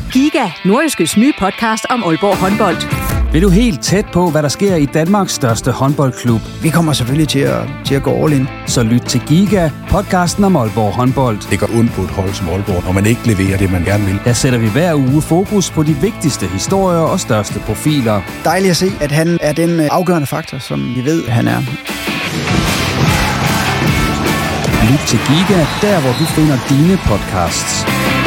Giga, Nordjyskes nye podcast om Aalborg håndbold. Vil du helt tæt på, hvad der sker i Danmarks største håndboldklub? Vi kommer selvfølgelig til at gå all in. Så lyt til Giga, podcasten om Aalborg håndbold. Det går ondt på et hold som Aalborg, når man ikke leverer det, man gerne vil. Der sætter vi hver uge fokus på de vigtigste historier og største profiler. Dejligt at se, at han er den afgørende faktor, som vi ved, han er. Lyt til Giga, der hvor du finder dine podcasts.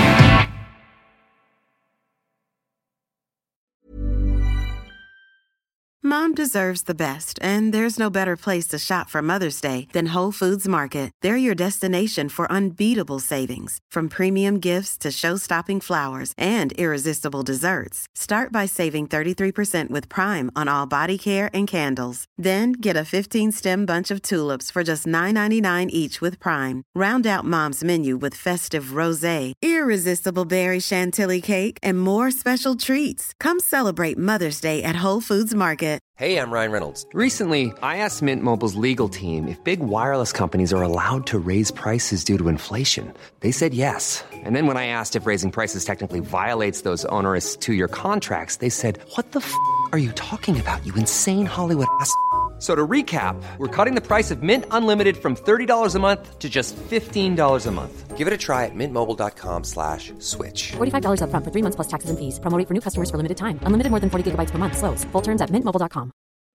Mom deserves the best, and there's no better place to shop for Mother's Day than Whole Foods Market. They're your destination for unbeatable savings, from premium gifts to show-stopping flowers and irresistible desserts. Start by saving 33% with Prime on all body care and candles. Then get a 15-stem bunch of tulips for just $9.99 each with Prime. Round out Mom's menu with festive rosé, irresistible berry chantilly cake, and more special treats. Come celebrate Mother's Day at Whole Foods Market. Hey, I'm Ryan Reynolds. Recently, I asked Mint Mobile's legal team if big wireless companies are allowed to raise prices due to inflation. They said yes. And then when I asked if raising prices technically violates those onerous two-year contracts, they said, what the f*** are you talking about, you insane Hollywood ass f- So to recap, we're cutting the price of Mint Unlimited from $30 a month to just $15 a month. Give it a try at mintmobile.com/switch. $45 up front for 3 months plus taxes and fees. Promo rate for new customers for limited time. Unlimited more than 40 gigabytes per month. Slows full terms at mintmobile.com.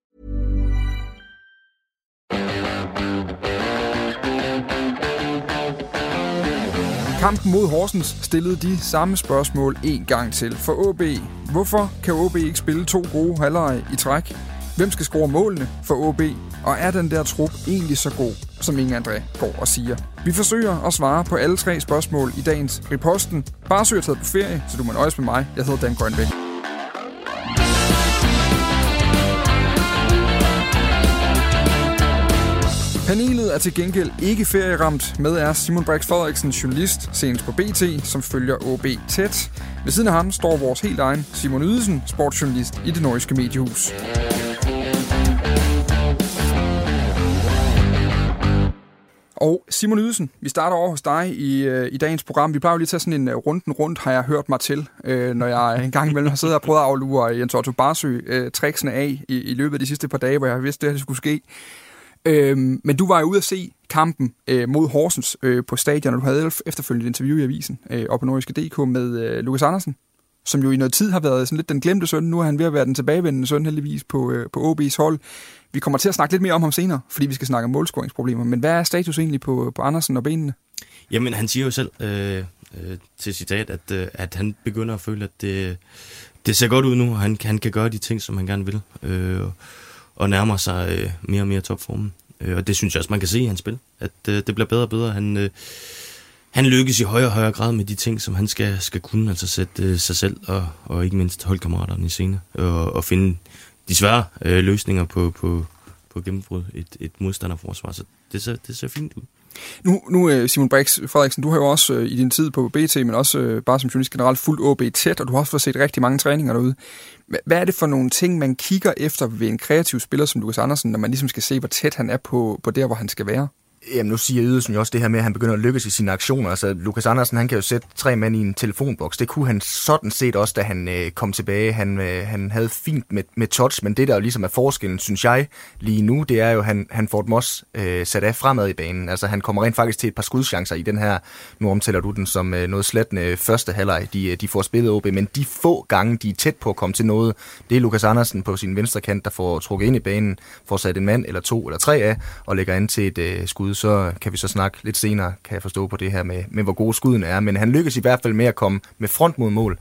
Kampen mod Horsens stillede de samme spørgsmål en gang til for AaB. Hvorfor kan AaB ikke spille 2 gode halvleje i træk? Hvem skal score målene for AaB? Og er den der trup egentlig så god, som Inge André går og siger? Vi forsøger at svare på alle 3 spørgsmål i dagens Riposten. Barsø er taget på ferie, så du må nøjes med mig. Jeg hedder Dan Grønbæk. Panelet er til gengæld ikke ferieramt. Med er Simon Brix Frederiksen, journalist, senest på BT, som følger AaB tæt. Ved siden af ham står vores helt egen Simon Ydesen, sportsjournalist i Det Nordjyske Mediehus. Og Simon Ydesen, vi starter over hos dig i dagens program. Vi plejer jo lige at tage sådan en runden rundt, har jeg hørt mig til, når jeg en gang imellem har siddet og prøvet at aflure Jens Otto Barsø tricksene af i løbet af de sidste par dage, hvor jeg vidste, at det skulle ske. Men du var jo ude at se kampen mod Horsens på stadion, og du havde efterfølgende et interview i avisen op på Nordjyske.dk med Lukas Andersen, som jo i noget tid har været sådan lidt den glemte søn. Nu er han ved at være den tilbagevendende søn heldigvis på AaB's hold. Vi kommer til at snakke lidt mere om ham senere, fordi vi skal snakke om målscoringsproblemer. Men hvad er status egentlig på Andersen og benene? Jamen, han siger jo selv til citat, at han begynder at føle, at det ser godt ud nu, og han kan gøre de ting, som han gerne vil, og nærmer sig mere og mere topformen. Og det synes jeg også, man kan se i hans spil, at det bliver bedre og bedre. Han lykkes i højere og højere grad med de ting, som han skal kunne, altså sætte sig selv og ikke mindst holdkammeraterne i scene, og finde de svære løsninger på gennembrud et modstanderforsvar. Så det ser fint ud. Nu Simon Brix Frederiksen, du har jo også i din tid på BT, men også bare som journalist generelt fuldt AaB tæt, og du har også fået set rigtig mange træninger derude. Hvad er det for nogle ting, man kigger efter ved en kreativ spiller som Lukas Andersen, når man ligesom skal se, hvor tæt han er på der, hvor han skal være? Jamen, nu siger Ydesen jo også det her med, at han begynder at lykkes i sine aktioner. Altså, Lukas Andersen, han kan jo sætte 3 mand i en telefonboks. Det kunne han sådan set også, da han kom tilbage. Han havde fint med touch, men det der jo ligesom er forskellen, synes jeg, lige nu, det er jo, han får dem også sat af fremad i banen. Altså, han kommer rent faktisk til et par skudchancer i den her, nu omtaler du den som noget slatne første halvleg. De får spillet AaB, men de få gange, de er tæt på at komme til noget, det er Lukas Andersen på sin venstre kant, der får trukket ind i banen, får sat en mand eller 2 eller 3 af, og lægger ind til et skud. Så kan vi så snakke lidt senere, kan jeg forstå på det her med hvor gode skuden er. Men han lykkes i hvert fald med at komme med front mod mål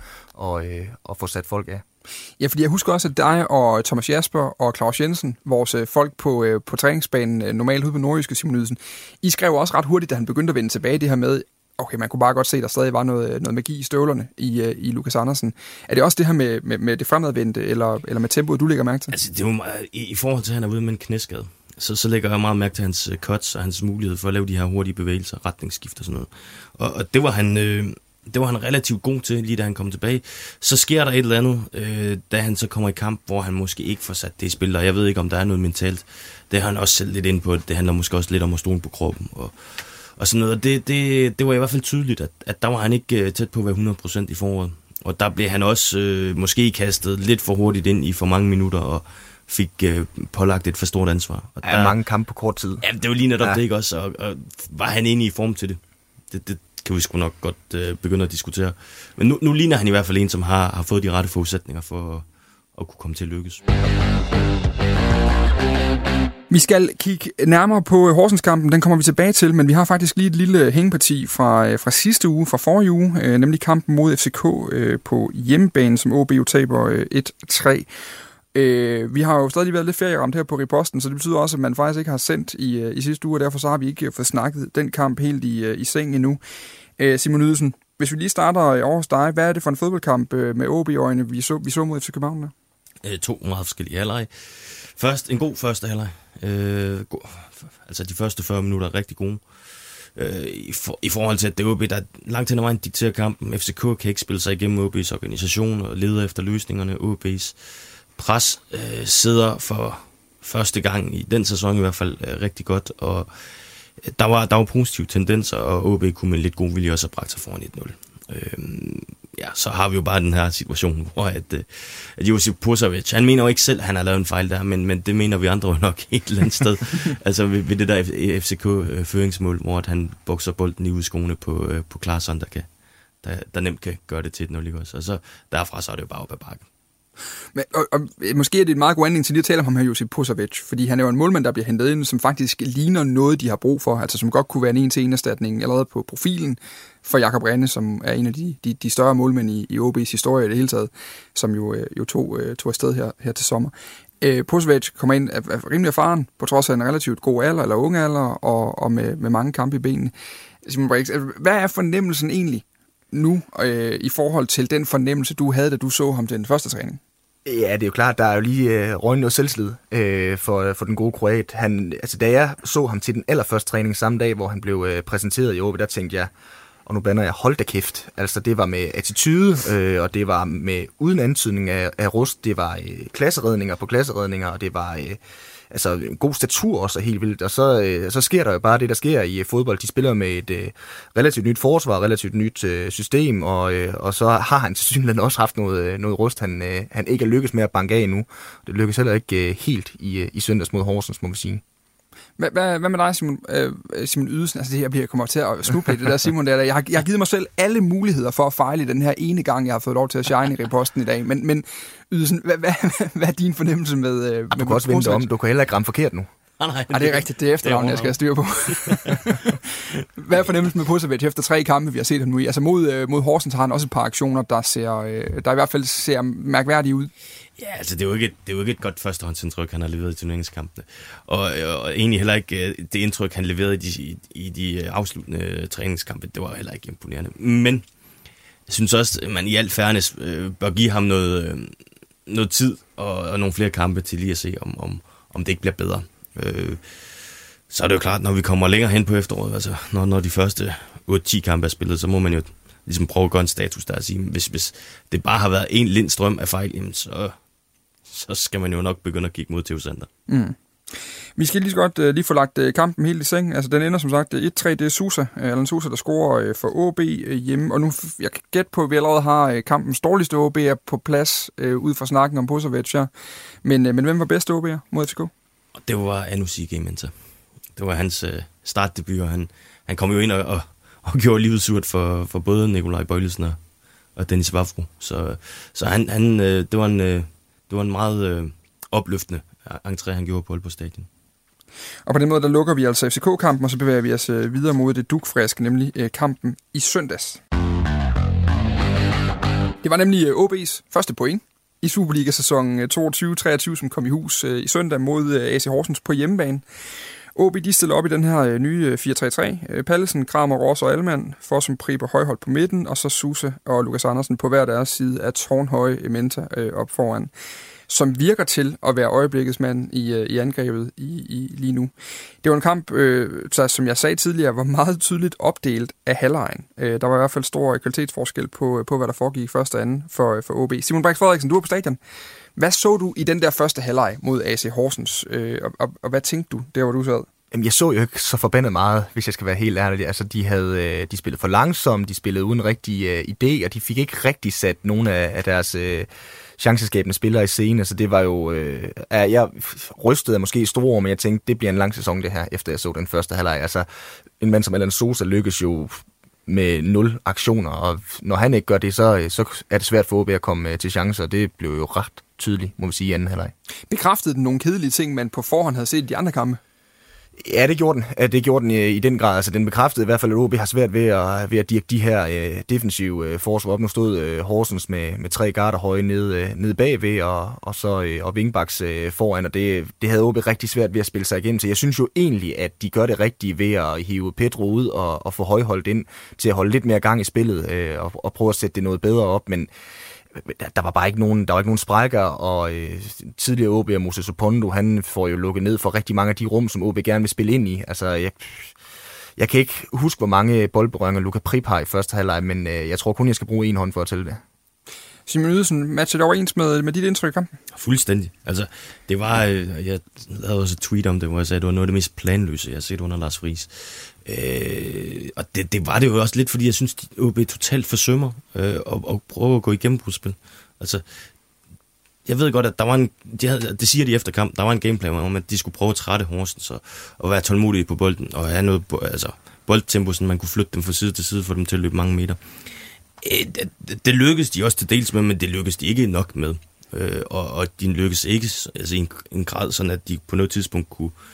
og få sat folk af. Ja, fordi jeg husker også, at dig og Thomas Jasper og Claus Jensen, vores folk på træningsbanen, normalt ude på Nordjyske, Simon Ydesen, I skrev også ret hurtigt, da han begyndte at vende tilbage det her med, okay, man kunne bare godt se, at der stadig var noget magi i støvlerne i Lukas Andersen. Er det også det her med det fremadvendte, eller med tempoet, du lægger mærke til? Altså, det er jo i forhold til, at han er ude med en knæskade. Så lægger jeg meget mærke til hans cuts og hans mulighed for at lave de her hurtige bevægelser, retningsskift og sådan noget. Og det var han relativt god til, lige da han kom tilbage. Så sker der et eller andet, da han så kommer i kamp, hvor han måske ikke får sat det i spil. Og jeg ved ikke, om der er noget mentalt. Det har han også selv lidt inde på. Det handler måske også lidt om at stole på kroppen. Og sådan noget. Det var i hvert fald tydeligt, at der var han ikke tæt på at være 100% i foråret. Og der blev han også måske kastet lidt for hurtigt ind i for mange minutter, og fik pålagt et for stort ansvar. Og der mange kampe på kort tid. Ja, det var lige netop det, ikke også? Og var han inde i form til det? Det kan vi sgu nok godt begynde at diskutere. Men nu ligner han i hvert fald en, som har fået de rette forudsætninger for at kunne komme til at lykkes. Vi skal kigge nærmere på Horsens-kampen, den kommer vi tilbage til, men vi har faktisk lige et lille hængeparti fra sidste uge, fra forrige uge, nemlig kampen mod FCK på hjemmebane, som OB jo taber 1-3. Vi har jo stadig været lidt ferieramt her på Riposten, så det betyder også, at man faktisk ikke har sendt i sidste uge, og derfor så har vi ikke fået snakket den kamp helt i seng endnu. Simon Ydelsen, hvis vi lige starter over hos dig, hvad er det for en fodboldkamp med OB-øjne, vi så mod FC København? To meget forskellige halvleg. Først en god første halvleg. Altså de første 40 minutter er rigtig gode. I forhold til, at det er OB, der langt hen ad vejen dikterer kampen. FCK kan ikke spille sig igennem OB's organisation og leder efter løsningerne. OB's pres sidder for første gang i den sæson i hvert fald rigtig godt, og der var positive tendenser, og OB kunne med lidt god vilje også have bragt sig foran 1-0. Så har vi jo bare den her situation, hvor at Josip Posavic, han mener jo ikke selv, at han har lavet en fejl der, men det mener vi andre jo nok et eller andet sted. Altså ved det der FCK-føringsmål, hvor at han bokser bolden i udskoene på Klarsson, der nemt kan gøre det til 1-0. Og så derfra så er det jo bare op ad bakken. Men, og måske er det en meget god anledning til lige at tale om ham her, Josip Posavic, fordi han er jo en målmand, der bliver hentet ind, som faktisk ligner noget, de har brug for, altså som godt kunne være en 1-til-1-erstatning allerede på profilen for Jakob Rene, som er en af de større målmænd i OB's historie i det hele taget, som jo tog afsted her til sommer. Posavic kommer ind af rimelig erfaren, på trods af en relativt god alder, eller unge alder, og med mange kampe i benene. Simon Brix, hvad er fornemmelsen egentlig nu, i forhold til den fornemmelse, du havde, da du så ham til den første træning? Ja, det er jo klart, der er jo lige røgnet noget selvslid for den gode kroat. Da jeg så ham til den allerførste træning samme dag, hvor han blev præsenteret i OB, der tænkte jeg, og nu blander jeg, hold da kæft. Altså det var med attitude, og det var med uden antydning af rust, det var klasseredninger på klasseredninger, og det var en god statur også helt vildt. Og så sker der jo bare det, der sker i fodbold. De spiller med et relativt nyt forsvar, relativt nyt system, og så har han til synligheden også haft noget rust, han ikke er lykkes med at banke af nu. Det lykkes heller ikke helt i søndags mod Horsens, må man sige. Hvad med dig, Simon Ydelsen? Altså det her kommer til at snuble det der, Simon. Jeg har givet mig selv alle muligheder for at fejle i den her ene gang, jeg har fået lov til at shine i Riposten i dag. Men Ydelsen, hvad er din fornemmelse med du kan også vente om. Du kan heller ikke ramme forkert nu. Nej, det er rigtigt. Det er efternavnet, jeg skal have styr på. Hvad er fornemmelsen med Posavic efter 3 kampe, vi har set ham nu i? Altså mod Horsens har han også et par aktioner, der i hvert fald ser mærkværdige ud. Ja, altså det er jo ikke et godt førstehåndsindtryk, han har leveret i turneringskampene. Og egentlig heller ikke det indtryk, han leverede i de afsluttende træningskampe, det var heller ikke imponerende. Men jeg synes også, at man i al fairness bør give ham noget tid og nogle flere kampe til lige at se, om det ikke bliver bedre. Så er det jo klart, når vi kommer længere hen på efteråret, altså når de første 8-10 kampe er spillet, så må man jo ligesom prøve at gøre en status der og sige, hvis det bare har været en lindstrøm af fejl, jamen så skal man jo nok begynde at kigge mod TV Center. Mm. Vi skal lige så godt lige få lagt kampen helt i seng. Altså den ender som sagt 1-3, det er Alan Sousa, der scorer for OB hjemme, og nu jeg kan gætte på, at vi allerede har kampens dårligste OB er på plads ud fra snakken om Posavic her. Men hvem var bedste OB'er mod FCK? Det var Anusik Mensah. Det var hans startdebut, og han kom jo ind og gjorde livet surt for både Nikolaj Bøjlesen og Dennis Vavro. Så han det var en meget opløftende entré, han gjorde på Aalborg Stadion. Og på den måde, der lukker vi altså FCK-kampen, og så bevæger vi os videre mod det dugfriske, nemlig kampen i søndags. Det var nemlig OB's første point i Superliga-sæsonen 22-23, som kom i hus i søndag mod AC Horsens på hjemmebane. OB, de stiller op i den her nye 4-3-3. Pallesen, Kramer, Ross og Alman, Fossum, Priber, Højholt på midten, og så Sousa og Lukas Andersen på hver deres side af tårnhøje Menta op foran, som virker til at være øjeblikkets mand i angrebet lige nu. Det var en kamp, der, som jeg sagde tidligere, var meget tydeligt opdelt af halvlejen. Der var i hvert fald stor kvalitetsforskel på hvad der foregik i første og anden for OB. Simon Brix Frederiksen, du var på stadion. Hvad så du i den der første halvleg mod AC Horsens, og hvad tænkte du der, hvor du sad? Jamen, jeg så jo ikke så forbandet meget, hvis jeg skal være helt ærlig. Altså, de spillede for langsomt, de spillede uden rigtig idé, og de fik ikke rigtig sat nogle af deres chanceskabende spillere i scene. Altså, det var jo... jeg rystede måske store, men jeg tænkte, det bliver en lang sæson, det her, efter jeg så den første halvleg. Altså, en mand som Alan Sosa lykkes jo med 0 aktioner, og når han ikke gør det, så er det svært for OB at komme til chancer, og det blev jo ret tydeligt, må vi sige, i anden halvleg. Bekræftede den nogle kedelige ting, man på forhånd havde set i de andre kampe? Ja, det gjorde den. Det gjorde den i den grad. Altså, den bekræftede i hvert fald, at OB har svært ved at dirke de her defensive forsvar op. Nu stod Horsens med 3 garder høje nede bagved, og Wingbacks foran, og det havde OB rigtig svært ved at spille sig igennem. Så jeg synes jo egentlig, at de gør det rigtige ved at hive Pedro ud og få højholdt ind til at holde lidt mere gang i spillet og prøve at sætte det noget bedre op, men der var ikke nogen sprækker, og tidligere OB og Moses Opondo, han får jo lukket ned for rigtig mange af de rum, som OB gerne vil spille ind i. Altså, jeg kan ikke huske, hvor mange boldberøringer Luka Prip har i første halvleg, men jeg tror kun, jeg skal bruge en hånd for at tælle det. Simon Ydelsen, matcher det overens med dit indtryk? Fuldstændig. Altså, det var, jeg havde også et tweet om det, hvor jeg sagde, at det var noget af det mest planløse, jeg har set under Lars Friis. Og det var det jo også lidt, fordi jeg synes, at OB totalt forsømmer og prøver at gå i gennembrudsspil. Altså, jeg ved godt, at der var det siger de efter kamp, der var en gameplan om, at de skulle prøve at trætte Horsens og være tålmodige på bolden, og have noget boldtempo, så man kunne flytte dem fra side til side, for dem til at løbe mange meter. Det lykkedes de også til dels med, men det lykkedes de ikke nok med. Og de lykkedes ikke altså i en grad, sådan at de på noget tidspunkt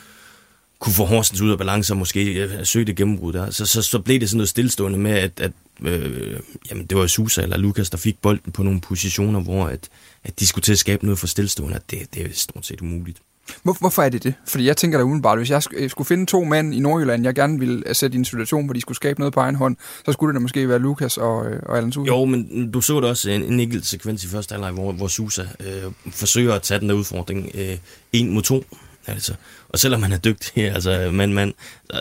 kunne få Horsens ud af balance og måske søge det gennembrud der. Så blev det sådan noget stillestående med, at jamen, det var Sousa eller Lukas, der fik bolden på nogle positioner, hvor at de skulle til at skabe noget for stillestående. Det er stort set umuligt. Hvorfor er det? Fordi jeg tænker da umiddelbart, hvis jeg skulle finde 2 mænd i Nordjylland, jeg gerne ville sætte i en situation, hvor de skulle skabe noget på egen hånd, så skulle det da måske være Lukas og Alan Sousa. Jo, men du så da også en enkelt sekvens i første halvleg, hvor Sousa forsøger at tage den der udfordring 1 mod 2. Altså. Og selvom han er dygtig, altså mand,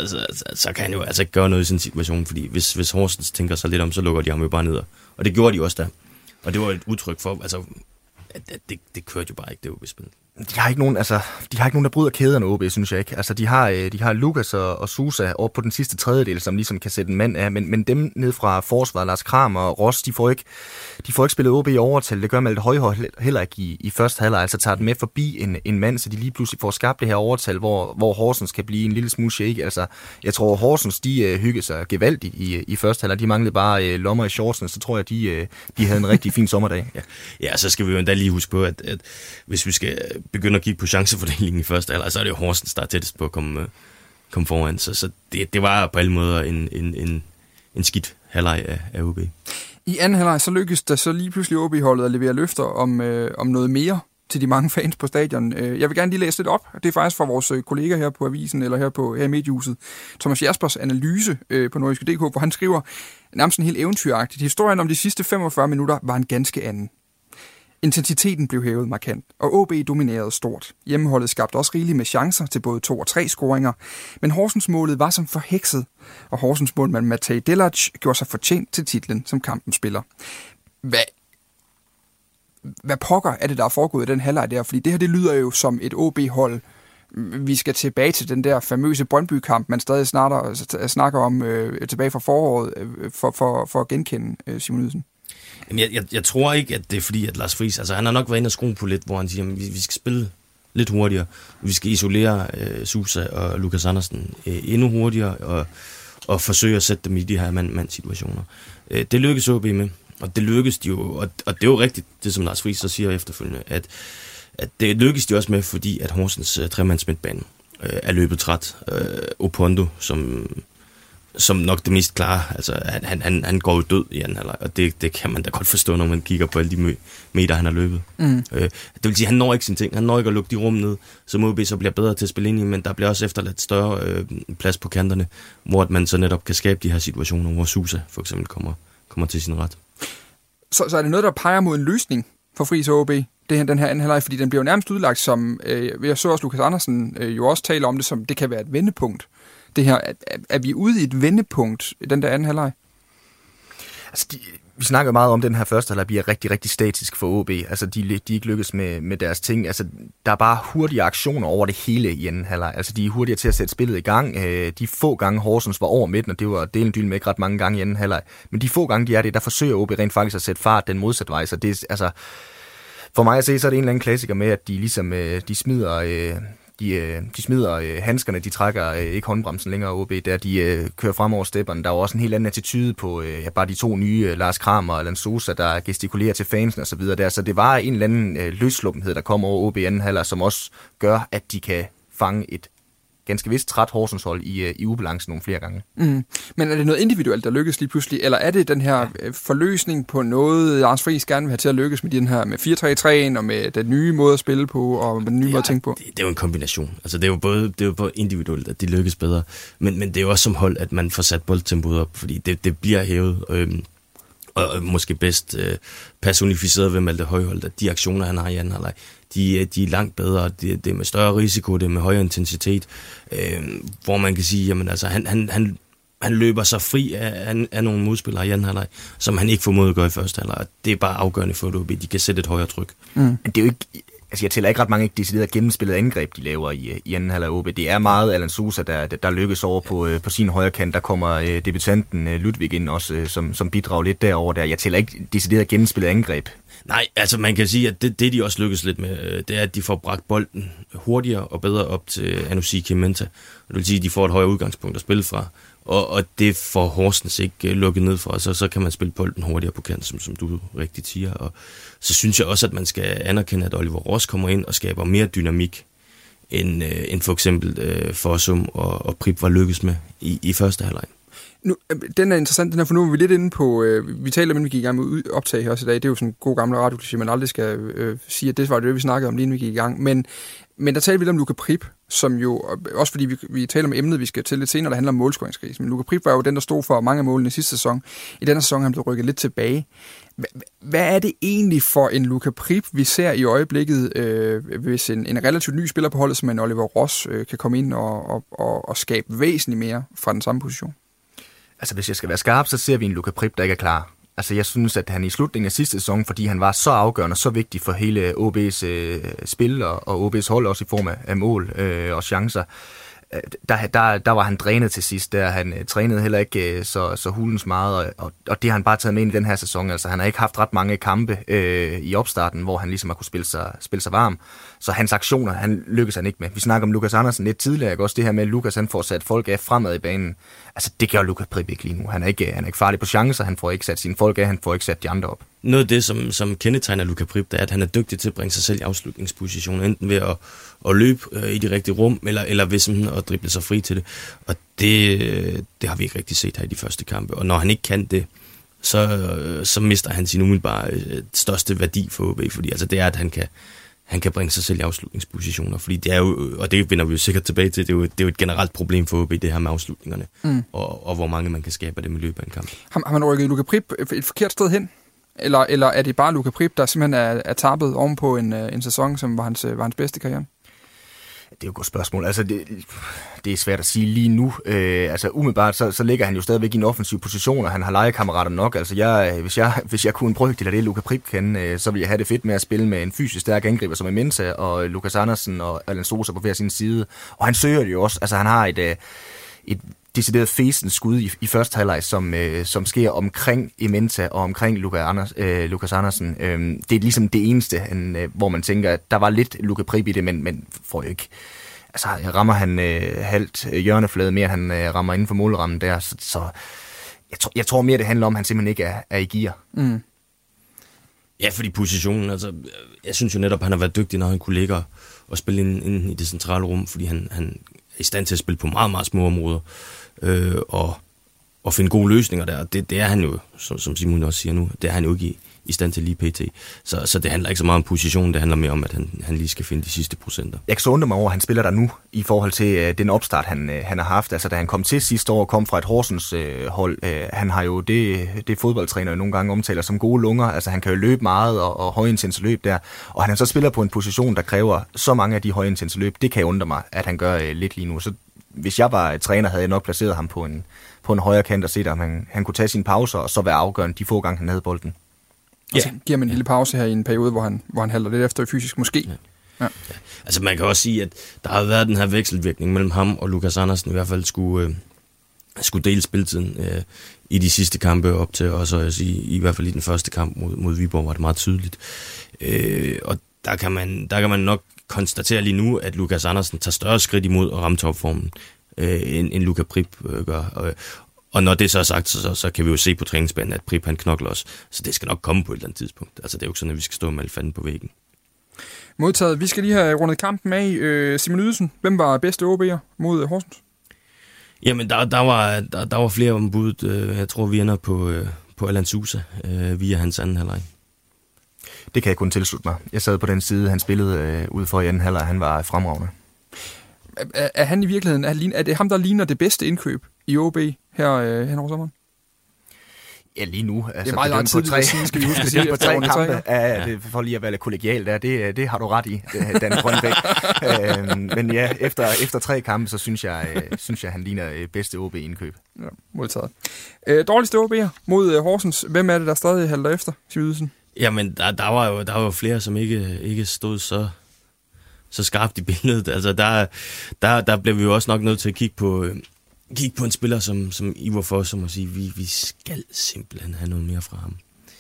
så kan han jo altså ikke gøre noget i sådan en situation, fordi hvis Horsens tænker sig lidt om, så lukker de ham jo bare ned. Og det gjorde de også der. Og det var et udtryk for, altså, at det kørte jo bare ikke, det OB-spil. De har ikke nogen, der bryder kæderne, OB, synes jeg ikke. Altså, de har Lukas og Sousa over på den sidste tredjedel, som ligesom kan sætte en mand af, men dem ned fra forsvaret, Lars Kram og Ross, de får ikke spillet OB i overtal. Det gør Malte Højhold heller ikke i første halvleg, altså tager den med forbi en mand, så de lige pludselig får skabt det her overtal, hvor Horsens kan blive en lille smule shake. Altså, jeg tror, Horsens, de hyggede sig gevaldigt i første halvleg. De manglede bare lommer i shortsene, så tror jeg, de havde en rigtig fin sommerdag. Ja, så skal vi jo endda lige huske på, at hvis vi skal begynde at kigge på chancefordelingen i første halvleg, så er det jo Horsens, der er tættest på at komme foran. Så det var på alle måder en skidt halvleg af OB. I anden halvleg så lykkedes der så lige pludselig OB-holdet at levere løfter om noget mere til de mange fans på stadion. Jeg vil gerne lige læse lidt op. Det er faktisk fra vores kollega her på Avisen, eller her i Mediehuset, Thomas Jaspers analyse på Nordjyske.dk, hvor han skriver nærmest en helt eventyragtigt. Historien om de sidste 45 minutter var en ganske anden. Intensiteten blev hævet markant, og OB dominerede stort. Hjemmeholdet skabte også rigeligt med chancer til både 2 og 3 scoringer, men Horsens-målet var som forhekset, og Horsens-målmand Matej Delac gjorde sig fortjent til titlen som kampens spiller. Hvad pokker er det, der er foregået i den halvleg der? Fordi det her, det lyder jo som et OB-hold. Vi skal tilbage til den der famøse Brøndby-kamp, man stadig snakker om tilbage fra foråret, for at genkende Simon Ydelsen. Jeg tror ikke, at det er fordi, at Lars Friis, altså han har nok været inde og skrue på lidt, hvor han siger, at vi skal spille lidt hurtigere. Vi skal isolere Sousa og Lukas Andersen endnu hurtigere og forsøge at sætte dem i de her mand-situationer. Det lykkedes OB med, og det lykkedes de jo, og det er jo rigtigt, det som Lars Friis så siger efterfølgende, at det lykkedes de også med, fordi at Horsens tremandsmidtbane er løbet træt. Opondo, som nok det mest klare, altså han går jo død i anden halvleg, og det kan man da godt forstå, når man kigger på alle de meter, han har løbet. Det vil sige, han når ikke sine ting, han når ikke at lukke de rum ned, så OB så bliver bedre til at spille ind i, men der bliver også efterladt større plads på kanterne, hvor man så netop kan skabe de her situationer, hvor Sousa for eksempel kommer til sin ret. Så er det noget, der peger mod en løsning for Friis og OB, den her anden halvleg, fordi den bliver jo nærmest udlagt som, jeg så også Lukas Andersen jo også tale om det, som det kan være et vendepunkt. Det her, er vi ude i et vendepunkt i den der anden halvleg? Altså, vi snakker meget om, den her første halvleg bliver rigtig, rigtig statisk for OB. Altså, de ikke lykkes med deres ting. Altså, der er bare hurtige aktioner over det hele i anden halvleg. Altså, de er hurtigere til at sætte spillet i gang. De få gange Horsens var over midten, og det var delen dyl med ikke ret mange gange i anden halvleg. Men de få gange, de er det, der forsøger OB rent faktisk at sætte fart den modsatte vej. Så det er, altså, for mig at se, så er det en eller anden klassiker med, at de ligesom, de smider handskerne, de trækker ikke håndbremsen længere OB, der de kører frem over stepperne. Der er også en helt anden attitude på bare de to nye, Lars Kramer og Allan Sosa, der gestikulerer til fansen og så videre der. Så det var en eller anden løssluppenhed, der kom over OB i anden halvleg, som også gør, at de kan fange et ganske vist træt Horsens hold i ubalance nogle flere gange. Mm. Men er det noget individuelt, der lykkes lige pludselig, eller er det den her forløsning på noget, Lars Friis gerne vil have til at lykkes med den her med 4-3-3'en og med den nye måde at spille på og den nye måde at tænke på? Det er jo en kombination. Altså det er jo både individuelt, at de lykkes bedre, men det er jo også som hold, at man får sat boldtempoet op, fordi det bliver hævet, og måske bedst personificeret ved Malte Højholt, at de aktioner, han har i anden halvleg, de er langt bedre, det er med større risiko, det er med højere intensitet, hvor man kan sige, jamen altså, han løber sig fri af nogle modspillere i anden halvleg, som han ikke formåede at gøre i første halvleg. Det er bare afgørende for, at de kan sætte et højere tryk. Men det er jo ikke, altså jeg tæller ikke ret mange deciderede gennemspillede angreb, de laver i anden halvleg OB. Det er meget Allan Sosa, der lykkes over på sin højre kant. Der kommer debutanten Ludvig ind også, som bidrager lidt derover der. Jeg tæller ikke deciderede gennemspillede angreb. Nej, altså man kan sige, at det de også lykkes lidt med, det er, at de får bragt bolden hurtigere og bedre op til Anousi Kimenta. Det vil sige, at de får et højere udgangspunkt at spille fra, og det får Horsens ikke lukket ned fra, så kan man spille bolden hurtigere på kanten, som du rigtigt siger. Og så synes jeg også, at man skal anerkende, at Oliver Ross kommer ind og skaber mere dynamik, end for eksempel Fossum og Prip var lykkes med i første halvleg. Nu, den er interessant, den her, for nu er vi lidt inde på, vi taler om, vi gik i gang med optag her også i dag, det er jo sådan en god gammel radiokliché, man aldrig skal sige, at det var det, vi snakkede om lige inden vi gik i gang, men der taler vi lidt om Luka Prip, som jo, også fordi vi taler om emnet, vi skal til lidt senere, der handler om målscoringskrisen, men Luka Prip var jo den, der stod for mange af målene i sidste sæson. I denne sæson har han blevet rykket lidt tilbage. Hvad er det egentlig for en Luka Prip, vi ser i øjeblikket, hvis en relativt ny spiller på holdet, som en Oliver Ross, kan komme ind og skabe væsentligt mere fra den samme position? Altså, hvis jeg skal være skarp, så ser vi en Luka Prip, der ikke er klar. Altså, jeg synes, at han i slutningen af sidste sæson, fordi han var så afgørende og så vigtig for hele OB's spil og OB's hold, også i form af mål og chancer, der var han drænet til sidst. Han trænede heller ikke så hulens meget, og det har han bare taget med ind i den her sæson. Altså, han har ikke haft ret mange kampe i opstarten, hvor han ligesom har kunne spille sig varm. Så hans aktioner, han lykkes han ikke med. Vi snakker om Lukas Andersen lidt tidligere, ikke? Også det her med, at Lukas han får sat folk af fremad i banen. Altså, det gør Luka Prip ikke lige nu. Han er ikke farlig på chancer, han får ikke sat sine folk af, han får ikke sat de andre op. Noget af det, som kendetegner Luka Prip, det er, at han er dygtig til at bringe sig selv i afslutningspositioner, enten ved at løbe i de rigtige rum, eller ved sådan at drible sig fri til det. Og det har vi ikke rigtig set her i de første kampe. Og når han ikke kan det, så mister han sin umiddelbare største værdi for OB, fordi altså det er, at han kan bringe sig selv i afslutningspositioner, fordi det er jo, og det vender vi jo sikkert tilbage til, det er jo et generelt problem for OB, det her med afslutningerne, og hvor mange man kan skabe af det med løbet af en kamp. Har man rykket Luka Prip et forkert sted hen? Eller er det bare Luka Prip, der simpelthen er tappet ovenpå en sæson, som var hans bedste karriere? Det er jo et godt spørgsmål. Altså, det er svært at sige lige nu. Altså, umiddelbart, så ligger han jo stadigvæk i en offensiv position, og han har legekammerater nok. Altså, hvis jeg kunne en brygdel af det, Luka Prip kan, så ville jeg have det fedt med at spille med en fysisk stærk angriber som Mensa og Lukas Andersen og Allan Sosa på hver sin side. Og han søger det jo også. Altså, han har et decideret fæsens skud i første halvleg, som sker omkring Imenta og omkring Lukas Andersen. Det er ligesom det eneste, hvor man tænker, at der var lidt Luka Prip i det, men får jo ikke. Altså, rammer han halvt hjørneflade mere, han rammer inden for målrammen der, så jeg tror mere, det handler om, at han simpelthen ikke er i gear. Mm. Ja, fordi positionen, altså, jeg synes jo netop, at han har været dygtig, når han kunne ligge og spille ind i det centrale rum, fordi han er i stand til at spille på meget, meget små områder, og finde gode løsninger der. Det er han jo, som Simon også siger nu, det er han jo ikke i stand til lige pt. Så det handler ikke så meget om position, det handler mere om, at han lige skal finde de sidste procenter. Jeg kan så undre mig over, at han spiller der nu, i forhold til den opstart, han har haft. Altså, da han kom til sidste år, kom fra et Horsens hold. Han har jo det fodboldtræner nogle gange omtaler som gode lunger. Altså, han kan jo løbe meget og højintense løb der. Og han så spiller på en position, der kræver så mange af de højintense løb. Det kan undre mig, at han gør lidt lige nu. Så hvis jeg var træner, havde jeg nok placeret ham på en højre kant og set, om han kunne tage sine pauser og så være afgørende de få gange, han havde bolden. Og så giver man en lille pause her i en periode, hvor han halter lidt efter fysisk måske. Ja. Altså man kan også sige, at der har været den her vekselvirkning mellem ham og Lukas Andersen, i hvert fald skulle dele spilletiden i de sidste kampe op til, og så jeg sige, i hvert fald i den første kamp mod Viborg var det meget tydeligt. Og der kan man nok konstatere lige nu, at Lukas Andersen tager større skridt imod at ramme topformen, end Luka Prip gør. Og når det så er sagt, så kan vi jo se på træningsbanen, at Prip han knokler os. Så det skal nok komme på et eller andet tidspunkt. Altså det er jo ikke sådan, at vi skal stå med fanden på væggen. Modtaget. Vi skal lige have rundet kampen af. Simon Ydelsen, hvem var bedste OB'er mod Horsens? Jamen, der var flere om budet. Jeg tror, vi ender på Allan Sousa via hans anden halvleg. Det kan jeg kun tilslutte mig. Jeg sad på den side, han spillede ud for i anden halvleg. Han var fremragende. Er han i virkeligheden, er det ham, der ligner det bedste indkøb i OB her hen over sommeren? Ja, lige nu. Altså, det er meget lang tid, skal vi huske det på 3 kampe. Ja, det for lige at være lidt kollegial der, det har du ret i, Dan Grønbæk. Men ja, efter 3 kampe, så synes jeg, han ligner bedste OB-indkøb. Ja, modtaget. Dårligste OB'er mod Horsens. Hvem er det, der stadig halter efter, Simon Ydelsen? Jamen, der var jo flere, som ikke stod så skarpt i billedet. Altså, der blev vi jo også nok nødt til at kigge på en spiller som Ivar Foss, som at sige, vi skal simpelthen have noget mere fra ham.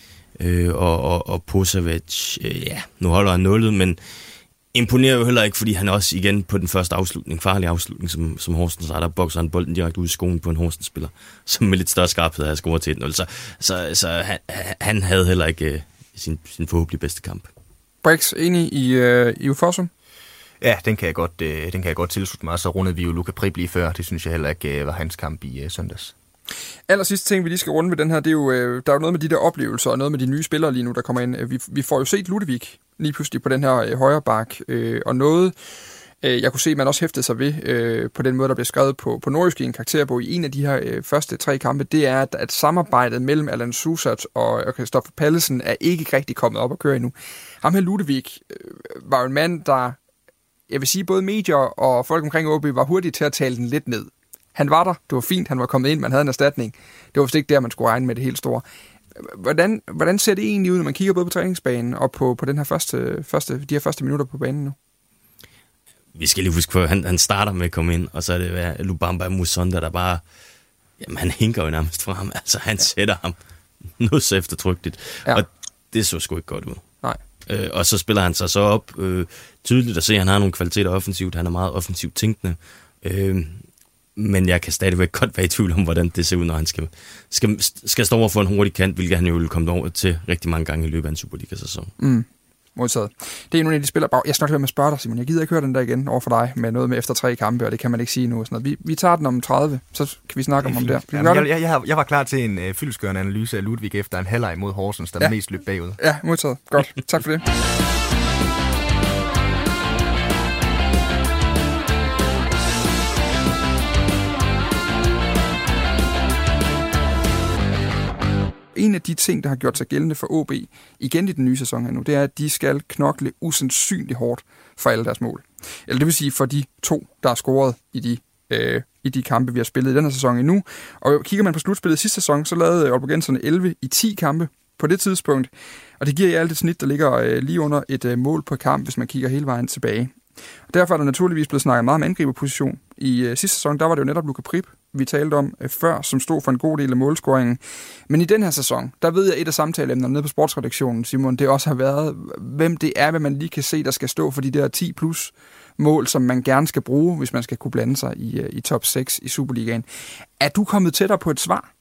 Og Posavic, nu holder han nullet, men imponerer jo heller ikke, fordi han også igen på den første farlig afslutning, som Horsens har, der bokser han bolden direkte ud i skoen på en Horsens-spiller, som med lidt større skarphed havde scoret til 1-0. Så han havde heller ikke sin forhåbentlig bedste kamp. Brix, enig i Ufossum? Ja, den kan jeg godt tilslutte mig. Så rundede vi jo Luka Prip lige før. Det synes jeg heller ikke var hans kamp i søndags. Allersidste ting, vi lige skal runde med den her, det er jo, der er jo noget med de der oplevelser, og noget med de nye spillere lige nu, der kommer ind. Vi får jo set Ludvig lige pludselig på den her højre bak, og noget, jeg kunne se, at man også hæftede sig ved, på den måde, der blev skrevet på nordjysk i en karakterbog i en af de her første 3 kampe, det er, at samarbejdet mellem Allan Sousa og Christoffer Pallesen er ikke rigtig kommet op at køre endnu. Ham her Ludvig var jo en mand, der, jeg vil sige, både medier og folk omkring OB var hurtige til at tale den lidt ned. Han var der, det var fint, han var kommet ind, man havde en erstatning. Det var vist ikke der, man skulle regne med det helt store. Hvordan ser det egentlig ud, når man kigger både på træningsbanen og på den her de her første minutter på banen nu? Vi skal lige huske på, at han starter med at komme ind, og så er det Lubamba Musonda, der bare, jamen han hinker jo nærmest fra ham. Altså han sætter ham noget så eftertrykkeligt, og det så sgu ikke godt ud. Nej. Og så spiller han sig så op tydeligt at se, at han har nogle kvaliteter offensivt. Han er meget offensivt tænkende. Men jeg kan stadigvæk godt være i tvivl om, hvordan det ser ud, når han skal stå over for en hurtig kant, hvilket han jo vil komme over til rigtig mange gange i løbet af en Superliga-sæson. Modtaget. Det er nogle af de spillere. Jeg skal nok være med at spørge dig, Simon. Jeg gider ikke høre den der igen over for dig med noget med efter 3 kampe, og det kan man ikke sige nu. Sådan noget. Vi tager den om 30, så kan vi snakke om det. Jeg var klar til en fyldestgørende analyse af Ludvig efter en halvleg mod Horsens, der mest løb bagud. Ja, modtaget. Godt. Tak for det. En af de ting, der har gjort sig gældende for OB igen i den nye sæson her nu, det er, at de skal knokle usandsynligt hårdt for alle deres mål. Eller det vil sige for de 2, der er scoret i de kampe, vi har spillet i den her sæson endnu. Og kigger man på slutspillet sidste sæson, så lavede Aalborgenserne 11 i 10 kampe på det tidspunkt. Og det giver i alt et snit, der ligger lige under et mål på kamp, hvis man kigger hele vejen tilbage. Og derfor er der naturligvis blevet snakket meget om angriberposition. I sidste sæson, der var det jo netop Luka Prip, vi talte om før, som stod for en god del af målscoringen. Men i den her sæson, der ved jeg et af samtaleemnerne nede på sportsredaktionen, Simon, det også har været, hvem det er, hvad man lige kan se, der skal stå for de der 10 plus mål, som man gerne skal bruge, hvis man skal kunne blande sig i top 6 i Superligaen. Er du kommet tættere på et svar?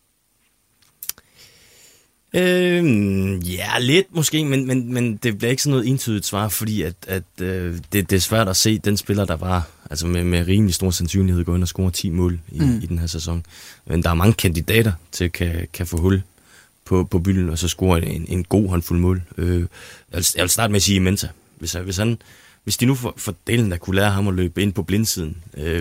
Ja, lidt måske, men det bliver ikke sådan noget entydigt svar, fordi at det er svært at se den spiller, der var altså med rimelig stor sandsynlighed gå ind og score 10 mål i den her sæson. Men der er mange kandidater til kan få hul på bylden, og så score en god håndfuld mål. Jeg vil starte med at sige Menta. Hvis de nu for delen der kunne lære ham at løbe ind på blindsiden,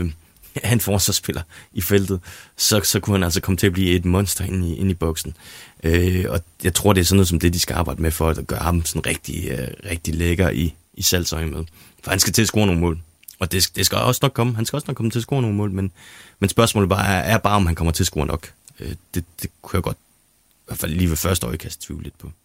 af en forsvarsspiller i feltet, så kunne han altså komme til at blive et monster inde i boksen. Og jeg tror, det er sådan noget som det, de skal arbejde med, for at gøre ham sådan rigtig lækker i salgsøje med. For han skal til at score nogle mål. Og det skal også nok komme. Han skal også nok komme til at score nogle mål, men spørgsmålet er bare, om han kommer til at score nok. Det kunne jeg godt, i hvert fald lige ved første øjekast, tvivle lidt på.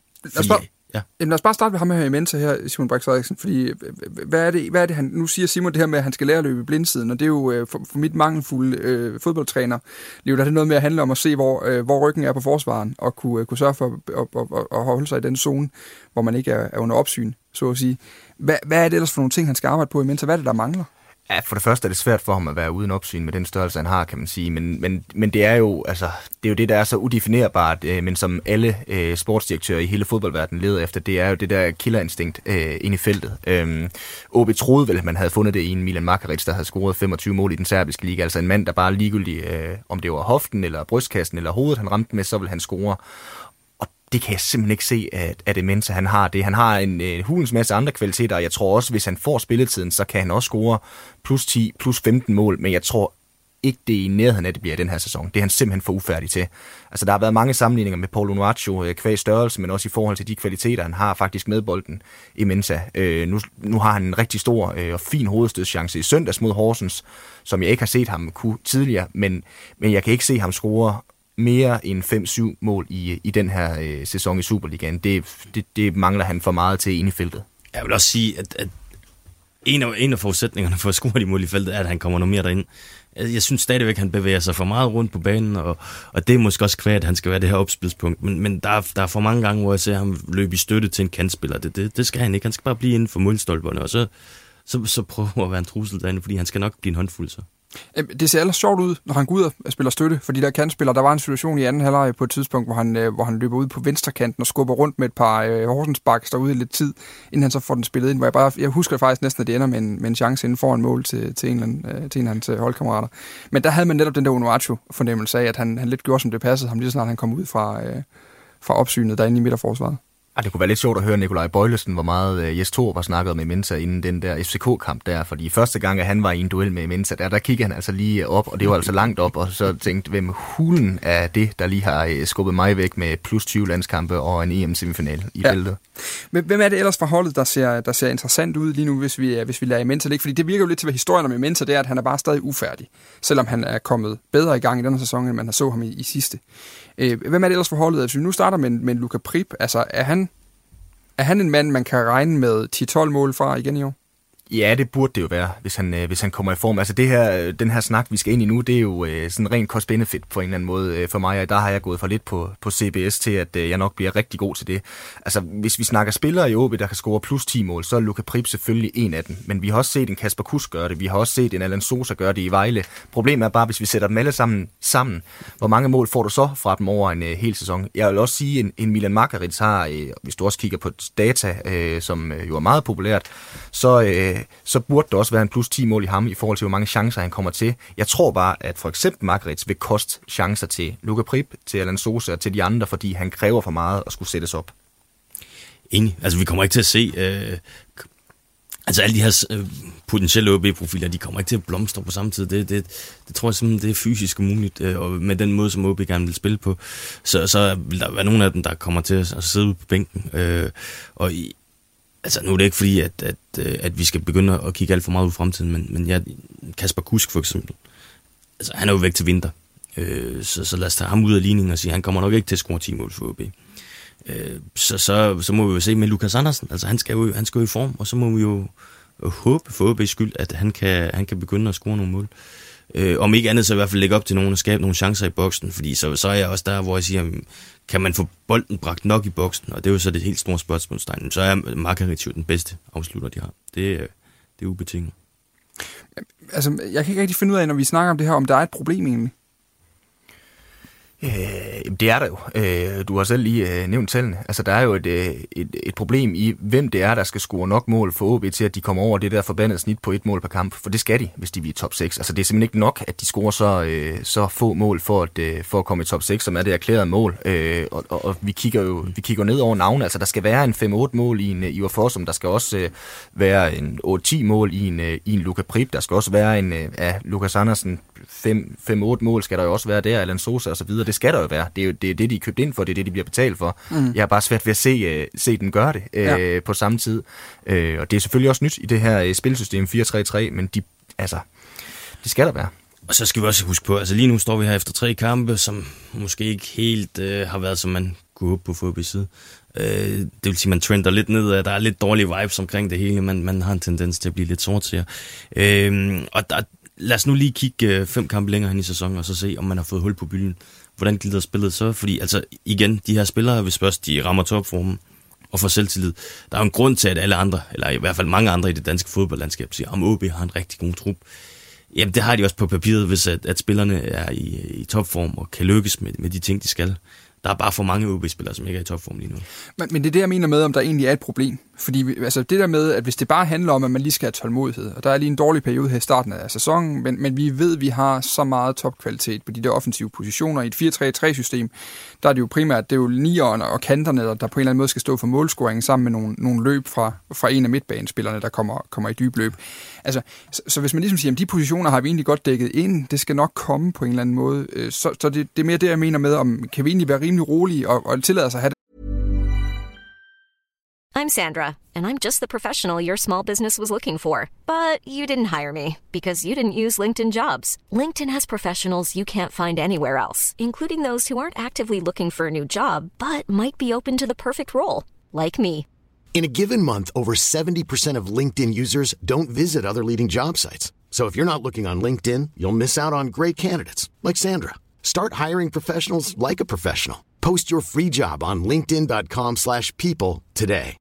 Lad os bare starte med ham her i Menta her, Simon Brix Frederiksen, fordi hvad er det, han nu siger, Simon, det her med, at han skal lære at løbe i blindsiden, og det er jo for mit mangelfulde fodboldtræner, der er det noget med at handle om at se, hvor ryggen er på forsvaren, og kunne sørge for at holde sig i den zone, hvor man ikke er under opsyn, så at sige. Hvad er det ellers for nogle ting, han skal arbejde på i Menta? Hvad er det, der mangler? Ja, for det første er det svært for ham at være uden opsyn med den størrelse, han har, kan man sige. Men det er jo det, der er så udefinerbart, men som alle sportsdirektører i hele fodboldverdenen leder efter, det er jo det der killerinstinkt ind i feltet. OB troede vel, at man havde fundet det i en Milan Markaric, der havde scoret 25 mål i den serbiske liga. Altså en mand, der bare ligegyldigt, om det var hoften, eller brystkassen, eller hovedet, han ramte med, så vil han score. Det kan jeg simpelthen ikke se, at det Menta han har det. Han har en hulens masse andre kvaliteter, og jeg tror også, hvis han får spilletiden, så kan han også score plus 10, plus 15 mål, men jeg tror ikke, det er i nærheden af, det bliver den her sæson. Det er han simpelthen for ufærdig til. Altså, der har været mange sammenligninger med Paul Onuachu, kvæg størrelse, men også i forhold til de kvaliteter, han har faktisk med bolden i Menta. Nu har han en rigtig stor og fin hovedstødschance i søndags mod Horsens, som jeg ikke har set ham kunne tidligere, men jeg kan ikke se ham score mere end 5-7 mål i den her sæson i Superligaen. Det mangler han for meget til inde i feltet. Jeg vil også sige, at en af forudsætningerne for at score de mål i feltet er, at han kommer noget mere derind. Jeg synes stadigvæk, at han bevæger sig for meget rundt på banen, og det er måske også kvært, at han skal være det her opspidspunkt. Men der er for mange gange, hvor jeg ser ham løbe i støtte til en kantspiller. Det skal han ikke. Han skal bare blive inden for målstolperne, og så prøve at være en trussel derinde, fordi han skal nok blive en håndfuld så. Det ser ellers sjovt ud, når han går ud og spiller støtte, fordi der kantspiller. Der var en situation i anden halvleg på et tidspunkt, hvor han løber ud på venstrekanten og skubber rundt med et par Horsensbaks derude i lidt tid, inden han så får den spillet ind. Jeg husker faktisk næsten, at det ender med en chance inden for en mål til en af hans holdkammerater. Men der havde man netop den der Onuachu-fornemmelse af, at han lidt gjorde, som det passede ham, lige så snart han kom ud fra opsynet derinde i midterforsvaret. Det kunne være lidt sjovt at høre Nikolaj Bøjlesen, hvor meget Jes Thor var snakket med Menta inden den der FCK-kamp der, fordi første gang, at han var i en duel med Menta, der kiggede han altså lige op, og det var altså langt op, og så tænkte, hvem hulen er det, der lige har skubbet mig væk med plus 20 landskampe og en EM-semifinal i feltet. Hvem er det ellers fra holdet, der ser interessant ud lige nu, hvis vi lader Menta ligge? Fordi det virker jo lidt til, hvad historien om Menta, det er, at han er bare stadig ufærdig, selvom han er kommet bedre i gang i denne sæson, end man har så ham i sidste. Hvem er det ellers for holdet? Hvis vi nu starter med Luka Prip, altså er han en mand, man kan regne med 10-12 mål fra igen i år? Ja, det burde det jo være, hvis han kommer i form. Altså den her snak, vi skal ind i nu, det er jo sådan ren cost-benefit på en eller anden måde for mig, og der har jeg gået for lidt på CBS til, at jeg nok bliver rigtig god til det. Altså, hvis vi snakker spillere i OB, der kan score plus 10 mål, så er Luka Prip selvfølgelig en af dem. Men vi har også set en Kasper Kusk gøre det, vi har også set en Allan Sosa gøre det i Vejle. Problemet er bare, hvis vi sætter dem alle sammen, hvor mange mål får du så fra dem over en hel sæson? Jeg vil også sige, en Milan Markaric har, hvis du også kigger på data, som jo er meget populært, så burde der også være en plus 10 mål i ham i forhold til, hvor mange chancer han kommer til. Jeg tror bare, at for eksempel Markaric vil koste chancer til Luka Prip, til Allan Sosa og til de andre, fordi han kræver for meget at skulle sættes op. Enig. Altså, vi kommer ikke til at se... Altså, alle de her potentielle OB-profiler, de kommer ikke til at blomstre på samme tid. Det tror jeg simpelthen, det er fysisk muligt, og med den måde, som OB gerne vil spille på. Så vil der være nogle af dem, der kommer til at sidde ude på bænken. Altså, nu er det ikke fordi, at vi skal begynde at kigge alt for meget ud i fremtiden, men Kasper Kusk for eksempel, altså han er jo væk til vinter, så lad os tage ham ud af ligningen og sige, at han kommer nok ikke til at score 10 mål for OB. Så må vi jo se med Lukas Andersen, altså han skal jo i form, og så må vi jo håbe for OB's skyld, at han kan begynde at score nogle mål. Om ikke andet, så i hvert fald lægge op til nogen og skabe nogle chancer i boksen, fordi så er jeg også der, hvor jeg siger, kan man få bolden bragt nok i boksen, og det er jo så det helt store spørgsmålstegn, så er Markaric jo den bedste afslutter, de har. Det er ubetinget. Altså, jeg kan ikke rigtig finde ud af, når vi snakker om det her, om der er et problem egentlig. Det er der jo. Du har selv lige nævnt tallene. Altså, der er jo et problem i, hvem det er, der skal score nok mål for OB til, at de kommer over det der forbandede snit på 1 mål per kamp. For det skal de, hvis de er i top 6. Altså, det er simpelthen ikke nok, at de scorer så få mål for at komme i top 6, som er det erklærede mål. Og vi kigger ned over navne. Altså, der skal være en 5-8 mål i en Ivar Fossum. Der skal også være en 8-10 mål i en Luka Prip. Der skal også være en Lukas Andersen. 5-8 mål skal der jo også være der, Alan Sosa og så videre. Det skal der jo være. Det er det, de er købt ind for, det er det, de bliver betalt for. Jeg har bare svært ved at se den gøre det på samme tid. Og det er selvfølgelig også nyt i det her spilsystem 4-3-3, men det skal der være. Og så skal vi også huske på, altså lige nu står vi her efter 3 kampe, som måske ikke helt har været, som man kunne håbe på FOB's side. Det vil sige, man trender lidt ned, der er lidt dårlige vibes omkring det hele, man har en tendens til at blive lidt sortseer. Og lad os nu lige kigge 5 kampe længere hen i sæsonen, og så se, om man har fået hul på bylden. Hvordan glider spillet så? Fordi altså, igen, de her spillere, hvis først de rammer topformen og får selvtillid, der er jo en grund til, at alle andre, eller i hvert fald mange andre i det danske fodboldlandskab, siger, om OB har en rigtig god trup. Jamen, det har de også på papiret, hvis at spillerne er i topform og kan lykkes med de ting, de skal. Der er bare for mange OB-spillere, som ikke er i topform lige nu. Men det er det, jeg mener med, om der egentlig er et problem. Fordi altså, det der med, at hvis det bare handler om, at man lige skal have tålmodighed, og der er lige en dårlig periode her i starten af sæsonen, men vi ved, at vi har så meget topkvalitet på de der offensive positioner. I et 4-3-3-system, der er det jo primært, det er jo nierne og kanterne, der på en eller anden måde skal stå for målscoringen sammen med nogle løb fra en af midtbanespillerne, der kommer i dyb løb. Altså, så hvis man ligesom siger, at de positioner har vi egentlig godt dækket ind, det skal nok komme på en eller anden måde, så det er mere det, jeg mener med, om kan vi egentlig være rimelig rolige og tillade os at have det. I'm Sandra, and I'm just the professional your small business was looking for. But you didn't hire me because you didn't use LinkedIn Jobs. LinkedIn has professionals you can't find anywhere else, including those who aren't actively looking for a new job, but might be open to the perfect role, like me. In a given month, over 70% of LinkedIn users don't visit other leading job sites. So if you're not looking on LinkedIn, you'll miss out on great candidates like Sandra. Start hiring professionals like a professional. Post your free job on linkedin.com/people today.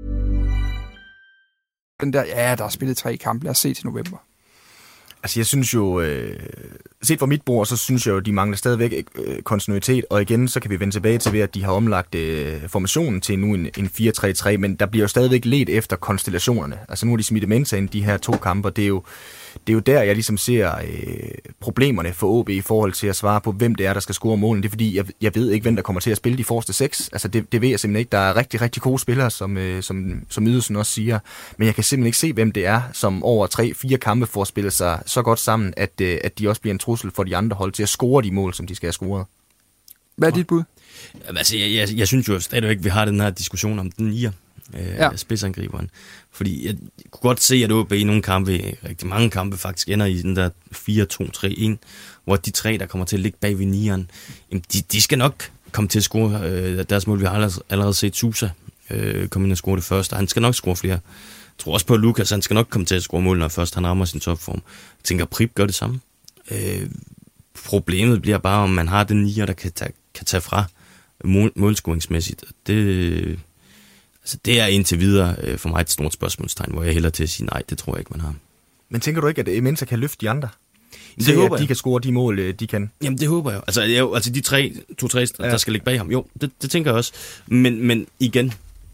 Der er spillet 3 kampe. Lad os se til november. Altså, jeg synes jo, set fra mit bord, så synes jeg jo, de mangler stadigvæk kontinuitet, og igen, så kan vi vende tilbage til, at de har omlagt formationen til nu en 4-3-3, men der bliver jo stadigvæk ledt efter konstellationerne. Altså, nu er de smidt Menta ind de her 2 kamper. Det er jo der, jeg ligesom ser problemerne for OB i forhold til at svare på, hvem det er, der skal score målen. Det er fordi, jeg ved ikke, hvem der kommer til at spille de forreste 6. Altså, det ved jeg simpelthen ikke. Der er rigtig, rigtig gode spillere, som Ydelsen også siger, men jeg kan simpelthen ikke se, hvem det er, som over 3-4 kampe får spillet sig så godt sammen, at de også bliver en trussel for de andre hold til at score de mål, som de skal have scoret. Hvad er dit bud? Altså, jeg synes jo stadigvæk, at vi har den her diskussion om den nier. Spidsangriberen. Fordi jeg kunne godt se, at OB i nogle kampe, rigtig mange kampe faktisk ender i den der 4-2-3-1, hvor de 3, der kommer til at ligge bag ved nieren, de skal nok komme til at score deres mål. Vi har allerede set Sousa komme ind og score det første, og han skal nok score flere. Jeg tror også på, at Lukas, han skal nok komme til at score mål, når først han rammer sin topform. Jeg tænker, at Prip gør det samme. Problemet bliver bare, om man har den nier, der kan tage fra målscoringsmæssigt. Det er indtil videre for mig et stort spørgsmålstegn, hvor jeg hellere til at sige nej, det tror jeg ikke, man har. Men tænker du ikke, at Menta kan løfte de andre? Det håber at de kan score de mål, de kan? Jamen, det håber jeg. Altså de 2-3, der skal ligge bag ham. Jo, det tænker jeg også. Men igen,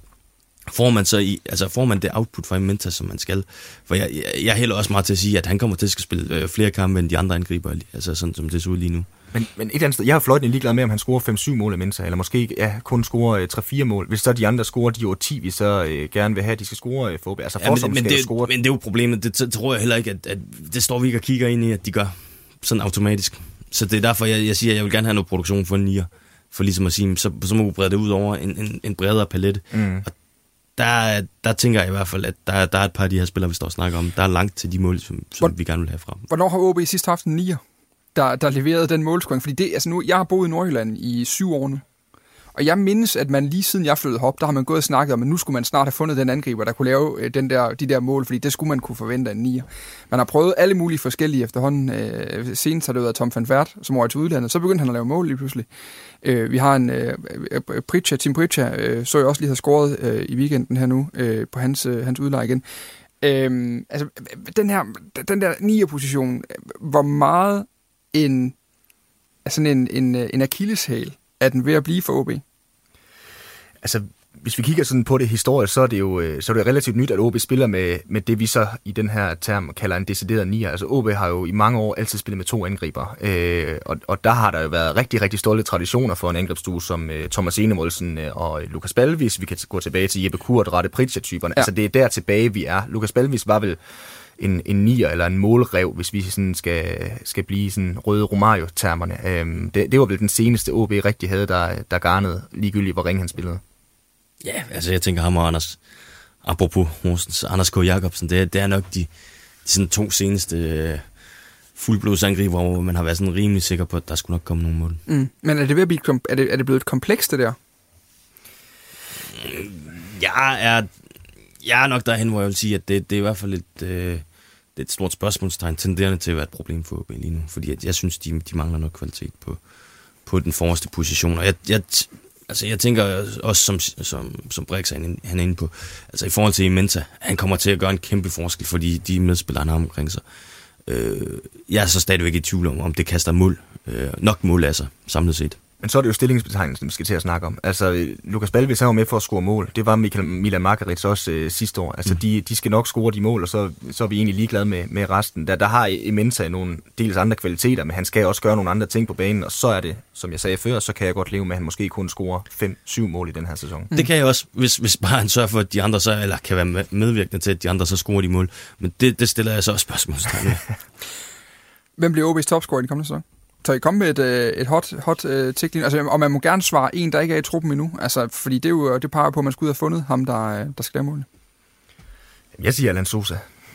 får man det output fra Menta, som man skal? For jeg hælder også meget til at sige, at han kommer til at spille flere kampe, end de andre angriber, altså sådan som det ser ud lige nu. Men et andet sted, jeg har fløjtende ligeglad med, om han scorer 5-7 mål af Menta, eller måske kun scorer 3-4 mål. Hvis så de andre scorer de 8-10, vi så gerne vil have, at de skal score for. Altså men det er jo problemet. Det tror jeg heller ikke, at det står vi ikke og kigger ind i, at de gør sådan automatisk. Så det er derfor, jeg siger, at jeg vil gerne have noget produktion for en nier. For ligesom at sige, så må vi brede det ud over en bredere palette. Og der tænker jeg i hvert fald, at der er et par af de her spillere, vi står og snakker om. Der er langt til de mål, som vi gerne vil have fra. Hvornår har OB sidst haft en nier, der leverede den målscoring? Fordi jeg har boet i Nordjylland i 7 år nu. Og jeg mindes, at man lige siden jeg flyttede op, der har man gået og snakket om, at nu skulle man snart have fundet den angriber, der kunne lave de der mål, fordi det skulle man kunne forvente af en nier. Man har prøvet alle mulige forskellige efterhånden. Senest har det været Tom van Vert, som var til udlandet. Så begyndte han at lave mål lige pludselig. Vi har en Tim Pritcha, så jeg også lige har scoret i weekenden her nu på hans udleje igen. Den der nier-position, hvor meget en sådan en akilleshæl? Er den ved at blive for OB? Altså, hvis vi kigger sådan på det historisk, så er det jo relativt nyt, at OB spiller med det, vi så i den her term kalder en decideret nier. Altså, OB har jo i mange år altid spillet med 2 angriber, og der har der jo været rigtig, rigtig stolte traditioner for en angrebsstue som Thomas Enevoldsen og Lukas Balvis. Vi kan gå tilbage til Jeppe Kurt, Rette Pritja-typerne. Ja. Altså, det er der tilbage, vi er. Lukas Balvis var vel en nier eller en målrev, hvis vi sådan skal blive sådan røde Romario-termerne. Det var vel den seneste OB rigtig havde, der garnede ligegyldigt, hvor ringe han spillede. Ja, altså jeg tænker ham og Anders, apropos Horsens, Anders K. Jacobsen, det er nok de sådan 2 seneste fuldblodsangriber, hvor man har været sådan rimelig sikker på, at der skulle nok komme nogle mål. Men er det ved at blive er det blevet et kompleks, det der? Jeg er nok derhen, hvor jeg vil sige, at det er i hvert fald et stort spørgsmålstegn, tenderende til at være et problem for OB lige nu, fordi jeg synes, de mangler nok kvalitet på den forreste position, og jeg tænker også, som Brix han er inde på, altså i forhold til Imenta, han kommer til at gøre en kæmpe forskel, fordi de medspillere, han har omkring sig. Jeg er så stadigvæk i tvivl om det kaster mål. Nok mål altså, samlet set. Men så er det jo stillingsbetegnelsen, vi skal til at snakke om. Altså, Lukas Balvis var med for at score mål. Det var Milan Margaritz også sidste år. Altså, de skal nok score de mål, og så er vi egentlig ligeglade med resten. Der har Imenta nogle dels andre kvaliteter, men han skal også gøre nogle andre ting på banen, og så er det, som jeg sagde før, så kan jeg godt leve med, at han måske kun scorer 5-7 mål i den her sæson. Det kan jeg også, hvis bare han sørger for, at de andre så, eller kan være medvirkende til, at de andre så scorer de mål. Men det stiller jeg så også spørgsmålstegn med. Hvem bliver OB's topscorer i den kommende sæson? Så I komme med et hot tick, altså, og man må gerne svare en, der ikke er i truppen endnu, altså, fordi det peger på, at man skal ud have fundet ham, der skal lave målene. Jeg siger Alan Sosa.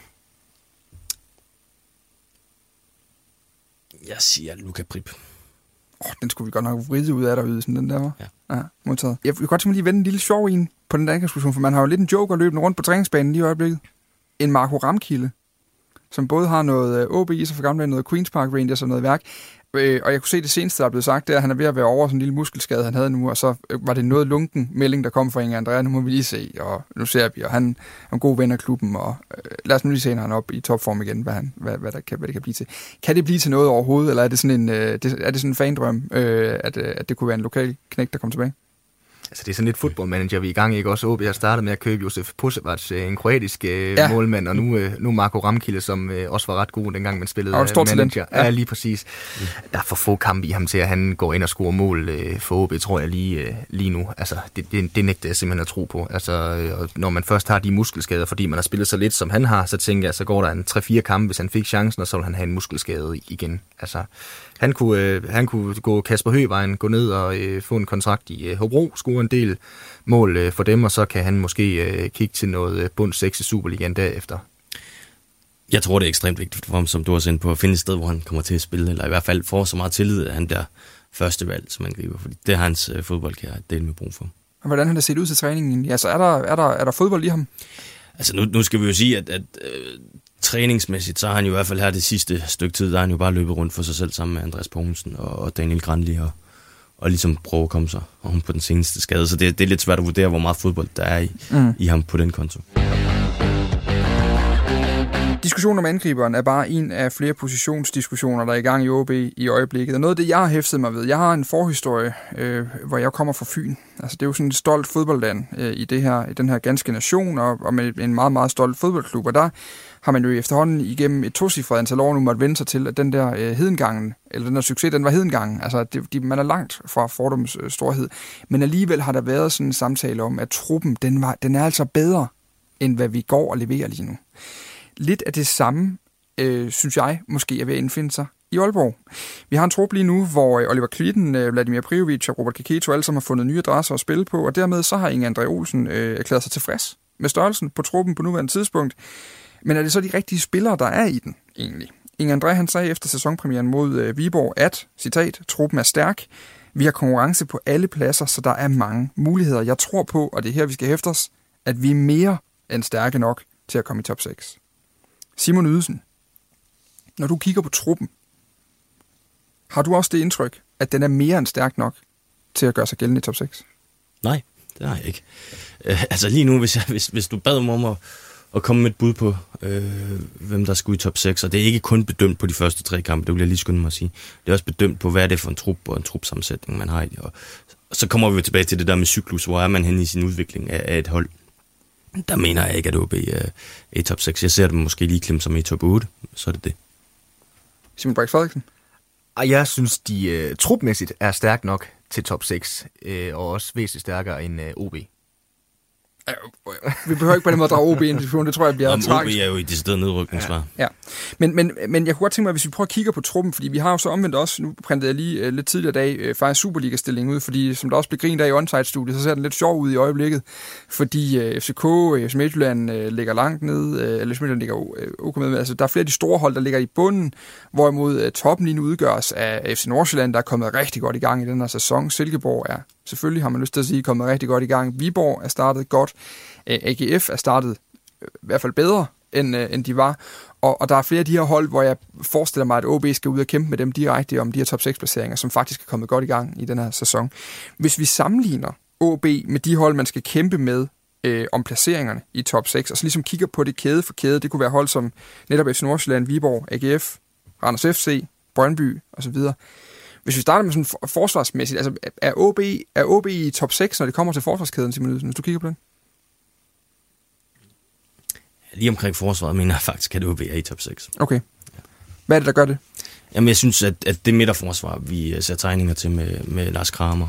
Jeg siger Luka Prip. Den skulle vi godt nok vride ud af derude, sådan den der var. Ja, modtaget. Jeg vil godt lige vende en lille sjov en på den der diskussion, for man har jo lidt en joker løbende rundt på træningsbanen lige i øjeblikket. En Marco Ramkilde, som både har noget OB i sig for gamle, noget Queen's Park Rangers og noget værk. Og jeg kunne se det seneste, der er blevet sagt, det er, at han er ved at være over sådan en lille muskelskade, han havde nu, og så var det noget lunken melding, der kom fra Inge Andrea. Nu må vi lige se, og nu ser vi, og han er en god ven af klubben, og lad os nu lige se, når han er op i topform igen, hvad det kan blive til. Kan det blive til noget overhovedet, eller er det sådan en fandrøm, at det kunne være en lokal knæk, der kom tilbage? Altså, det er sådan lidt fodboldmanager, vi er i gang, ikke? Også OB har startet med at købe Josef Pusevac, en kroatisk målmand, og nu Marco Ramkilde, som også var ret god, dengang man spillede manager. Ja, lige præcis. Der er for få kampe i ham til, at han går ind og scorer mål for OB, tror jeg, lige nu. Altså, det nægter jeg simpelthen at tro på. Altså, når man først har de muskelskader, fordi man har spillet så lidt, som han har, så tænker jeg, så går der en 3-4 kampe, hvis han fik chancen, og så vil han have en muskelskade igen. Altså, han kunne gå Kasper Høgvejen, gå ned og få en kontrakt i Hobro, score en del mål for dem, og så kan han måske kigge til noget bund 6 i Superligaen derefter. Jeg tror, det er ekstremt vigtigt for ham, som du har sendt på, at finde et sted, hvor han kommer til at spille, eller i hvert fald får så meget tillid, at han der første valg, som han griber, fordi det har hans fodboldkarriere del med brug for. Og hvordan har det set ud til træningen? Altså, er der fodbold i ham? Altså, nu skal vi jo sige, at træningsmæssigt, så har han jo i hvert fald her det sidste stykke tid, der har han jo bare løbet rundt for sig selv sammen med Andreas Poulsen og Daniel Granli og ligesom prøve at komme sig om på den seneste skade. Så det er lidt svært at vurdere, hvor meget fodbold der er i ham på den konto. Diskussionen om angriberen er bare en af flere positionsdiskussioner, der er i gang i OB i øjeblikket. Og noget af det, jeg har hæftet mig ved, jeg har en forhistorie, hvor jeg kommer fra Fyn. Altså, det er jo sådan et stolt fodboldland i den her ganske nation, og med en meget, meget stolt fodboldklub. Og der har man jo efterhånden igennem et 2-cifret antal år nu måtte vende sig til, at den der hedengangen, eller den der succes, den var hedengangen. Altså, man er langt fra Fordums storhed. Men alligevel har der været sådan en samtale om, at truppen, den er altså bedre, end hvad vi går og leverer lige nu. Lidt af det samme, synes jeg, måske er ved at indfinde sig i Aalborg. Vi har en trup lige nu, hvor Oliver Klitten, Vladimir Prijovic og Robert Keketo alle sammen har fundet nye adresser at spille på, og dermed så har Inge André Olsen erklæret sig tilfreds med størrelsen på truppen på nuværende tidspunkt. Men er det så de rigtige spillere, der er i den egentlig? Inge André, han sagde efter sæsonpremieren mod Viborg, at, citat, truppen er stærk. Vi har konkurrence på alle pladser, så der er mange muligheder. Jeg tror på, og det er her, vi skal hæfte os, at vi er mere end stærke nok til at komme i top 6. Simon Ydesen, når du kigger på truppen, har du også det indtryk, at den er mere end stærk nok til at gøre sig gældende i top 6? Nej, det har jeg ikke. Altså lige nu, hvis du bad mig om at komme med et bud på, hvem der skulle i top 6, og det er ikke kun bedømt på de første 3 kampe, det vil jeg lige skynde mig at sige. Det er også bedømt på, hvad er det for en trup og en trupsammensætning, man har i. Og så kommer vi tilbage til det der med cyklus, hvor er man henne i sin udvikling af et hold. Der mener jeg ikke, at OB er i top 6. Jeg ser dem måske lige klemme som i top 8, så er det det. Simon Brix Frederiksen? Jeg synes, de trupmæssigt er stærk nok til top 6, og også væsentligt stærkere end OB. Vi behøver ikke på den måde at drage OB ind i diskussionen, det tror jeg bliver tragisk. OB er jo i decideret nedrykningssvar. Ja. Men jeg kunne godt tænke mig, hvis vi prøver at kigge på truppen, fordi vi har jo så omvendt også, nu printede jeg lige lidt tidligere dag, faktisk Superliga-stillingen ud, fordi som der også blev grint af i onsite-studiet, så ser den lidt sjov ud i øjeblikket, fordi FCK, FC Midtjylland ligger langt nede, eller FC Midtjylland ligger OK med, altså der er flere af de store hold, der ligger i bunden, hvorimod toppen lige nu udgøres af FC Nordsjælland, der er kommet rigtig godt i gang i den her sæson. Silkeborg er selvfølgelig, har man lyst til at sige, kommet rigtig godt i gang. Viborg er startet godt. AGF er startet i hvert fald bedre, end de var. Og der er flere af de her hold, hvor jeg forestiller mig, at OB skal ud og kæmpe med dem direkte om de her top 6-placeringer, som faktisk er kommet godt i gang i den her sæson. Hvis vi sammenligner OB med de hold, man skal kæmpe med om placeringerne i top 6, og så ligesom kigger på det kæde for kæde, det kunne være hold som netop FC Nordsjælland, Viborg, AGF, Randers FC, Brøndby osv. Hvis vi starter med sådan forsvarsmæssigt, altså er OB i top 6, når det kommer til forsvarskæden, Simon Ydelsen, hvis du kigger på den? Lige omkring forsvaret mener jeg faktisk, at OB er i top 6. Okay. Hvad er det, der gør det? Jamen, jeg synes, at det midterforsvar, vi ser tegninger til med Lars Kramer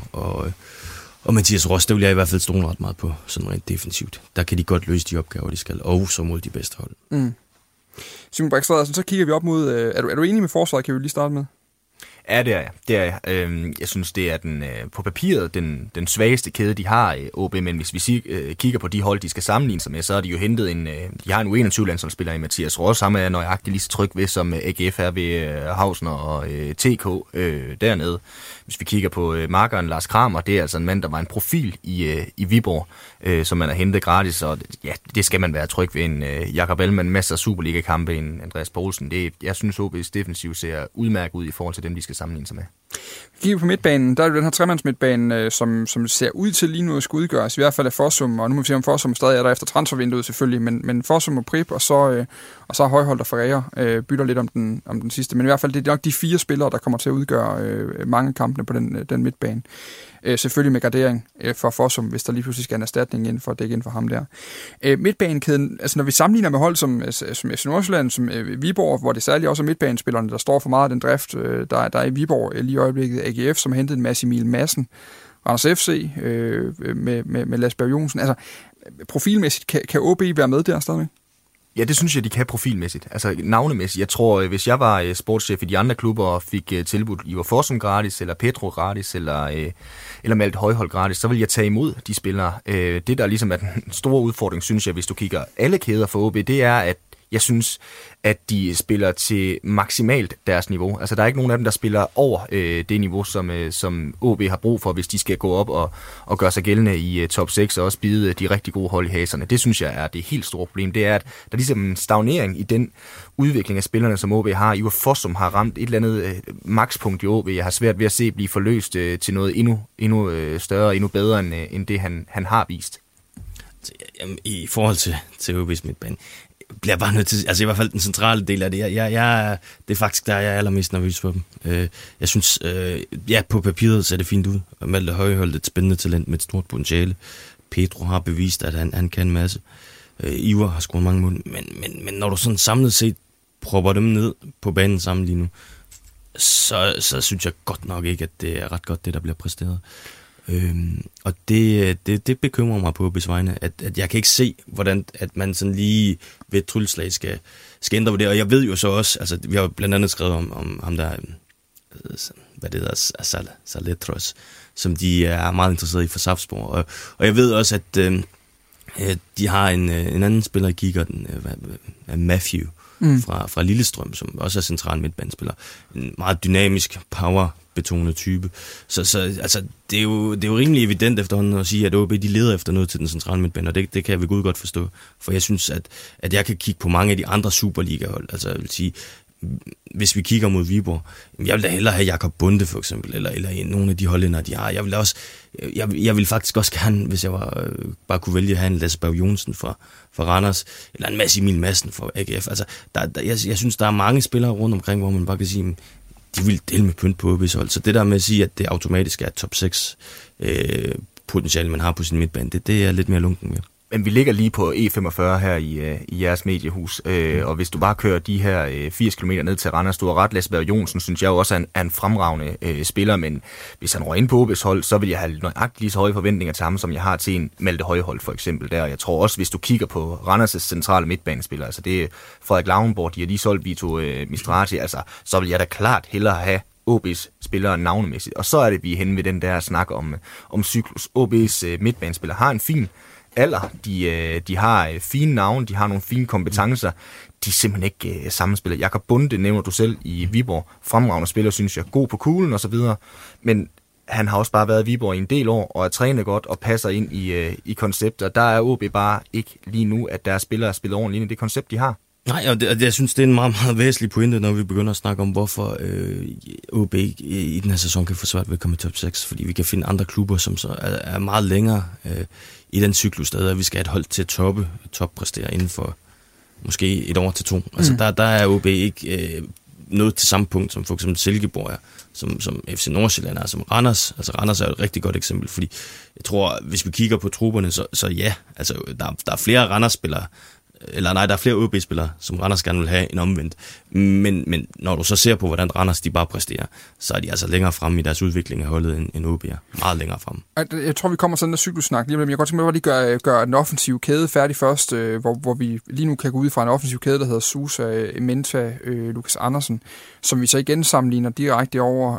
og Mathias Ross, det vil jeg i hvert fald stole ret meget på, sådan rent defensivt. Der kan de godt løse de opgaver, de skal, og så mod de bedste hold. Mm. Simon Brix Frederiksen, så kigger vi op mod... Er du enig med forsvaret, kan vi lige starte med? Ja, det er jeg. Jeg synes, det er på papiret den svageste kæde, de har OB, men hvis vi kigger på de hold, de skal sammenligne sig med, så har de jo hentet de har en U21-landsholdsspiller i Mathias Ross, ham er nøjagtigt lige så tryg ved, som AGF er ved Hausner og TK dernede. Hvis vi kigger på markeren Lars Kramer, det er altså en mand, der var en profil i Viborg, som man har hentet gratis, og ja, det skal man være tryg ved. En Jakob Ellemann, masser af Superliga-kampe, en Andreas Poulsen. Jeg synes, OB's defensiv ser udmærket ud i forhold til dem, de skal sammenligne sig med. Kigger på midtbanen, der er jo den her tremandsmidtbane, som ser ud til lige nu at skulle udgøres, i hvert fald af Fossum, og nu må vi se, om Fossum stadig er der efter transfervinduet selvfølgelig, men Fossum og Prip, og så Højholt og Ferreira bytter lidt om den sidste, men i hvert fald det er nok de 4 spillere, der kommer til at udgøre mange kampene på den midtbane. Selvfølgelig med gardering for Fossum, hvis der lige pludselig skal en erstatning ind for at dække ind for ham der. Midtbanekæden, altså når vi sammenligner med hold som FC Nordsjælland, som Viborg, hvor det særligt også er midtbanespillerne, der står for meget af den drift, der er i Viborg lige i øjeblikket, AGF, som har hentet en masse Emil Madsen, Randers FC med Lars Berg Jonsen. Altså profilmæssigt, kan OB være med der stadigvæk? Ja, det synes jeg, de kan profilmæssigt. Altså navnemæssigt. Jeg tror, hvis jeg var sportschef i de andre klubber og fik tilbudt Ivar Fossum gratis, eller Petro gratis, eller Malte Højholt gratis, så vil jeg tage imod de spillere. Det, der ligesom er den store udfordring, synes jeg, hvis du kigger alle kæder for OB, det er, at jeg synes, at de spiller til maksimalt deres niveau. Altså, der er ikke nogen af dem, der spiller over det niveau, som OB har brug for, hvis de skal gå op og gøre sig gældende i top 6 og også bide de rigtig gode hold i haserne. Det synes jeg er det helt store problem. Det er, at der er ligesom en stagnering i den udvikling af spillerne, som OB har. Ivar Fossum har ramt et eller andet makspunkt i OB. Jeg har svært ved at se blive forløst til noget endnu større, endnu bedre, end det, han har vist. Jamen, i forhold til OB's midtbane, bliver bare nødt til, altså i hvert fald den centrale del af det. Det er faktisk der, jeg er allermest nervøs for dem. Jeg synes, på papiret ser det fint ud. Malte Højholt et spændende talent med et stort potentiale. Petro har bevist, at han kan en masse. Ivar har scoret mange mål. Men når du sådan samlet set propper dem ned på banen sammen lige nu, så synes jeg godt nok ikke, at det er ret godt, det der bliver præsteret. Og det bekymrer mig på OB's vegne, at jeg kan ikke se, hvordan at man sådan lige ved et trylleslag skal ændre på det. Og jeg ved jo så også, altså vi har jo blandt andet skrevet om ham der, hvad det hedder, Saletros, som de er meget interesserede i for Sarpsborg. Og jeg ved også, at de har en anden spiller i kikkerten, Matthew, fra Lillestrøm, som også er central midtbanespiller. En meget dynamisk, power-betonet type. Så altså, det er jo rimelig evident efterhånden at sige, at OB de leder efter noget til den centrale midtbane, og det kan jeg ved Gud godt forstå. For jeg synes, at jeg kan kigge på mange af de andre Superliga-hold. Altså, jeg vil sige, hvis vi kigger mod Viborg, jeg vil da hellere have Jakob Bunde for eksempel, eller nogle af de hollænder, de har. Jeg vil faktisk også gerne, hvis jeg bare kunne vælge at have en Lasse Berg Jonsen fra Randers, eller en Mads Emil Madsen fra AGF. Altså, jeg synes, der er mange spillere rundt omkring, hvor man bare kan sige, de vil dele med pynt på OB's hold. Så det der med at sige, at det automatisk er top 6 potentiale, man har på sin midtbane, det er lidt mere lunken med. Men vi ligger lige på E45 her i jeres mediehus, og hvis du bare kører de her 80 km ned til Randers, du har ret, Lasse Berg Jonsen, synes jeg jo også er en fremragende spiller, men hvis han røg ind på OB's hold, så vil jeg have nøjagtigt lige så høje forventninger til ham, som jeg har til en Malte Højhold for eksempel der. Jeg tror også, hvis du kigger på Randers' centrale midtbanespillere, altså det er Frederik Lauenborg, de har lige solgt Vito Mistrati, altså så vil jeg da klart hellere have OB's spillere navnemæssigt. Og så er det, vi er henne ved den der snak om cyklus. OB's midtbanespillere har en fin alder, de har fine navne, de har nogle fine kompetencer, de er simpelthen ikke sammenspillet. Jakob Bunde nævner du selv i Viborg, fremragende spiller, synes jeg, god på kuglen og så videre, men han har også bare været i Viborg i en del år, og er trænet godt og passer ind i koncepter. Der er OB bare ikke lige nu, at deres spillere spiller ordentligt ind i det koncept, de har. Nej, og jeg synes, det er en meget, meget væsentlig pointe, når vi begynder at snakke om, hvorfor OB i den her sæson kan få svært ved at komme i top 6, fordi vi kan finde andre klubber, som så er meget længere i den cyklus, at vi skal have et hold til at toppræstere inden for måske 1 år til 2. Altså der er OB ikke nået til samme punkt, som for eksempel Silkeborg er, som FC Nordsjælland er, som Randers. Altså Randers er et rigtig godt eksempel, fordi jeg tror, hvis vi kigger på trupperne, så ja, altså der er flere Randers-spillere, eller nej, der er flere OB-spillere, som Randers gerne vil have en omvendt. Men når du så ser på, hvordan Randers de bare præsterer, så er de altså længere fremme i deres udvikling af holdet end OB er. Meget længere fremme. Jeg tror, vi kommer sådan en cyklussnak lige om lidt. Jeg kan godt tænke mig, at lige gøre den offensive kæde færdig først, hvor vi lige nu kan gå ud fra en offensiv kæde, der hedder Sousa, Menta, Lukas Andersen, som vi så igen sammenligner direkte over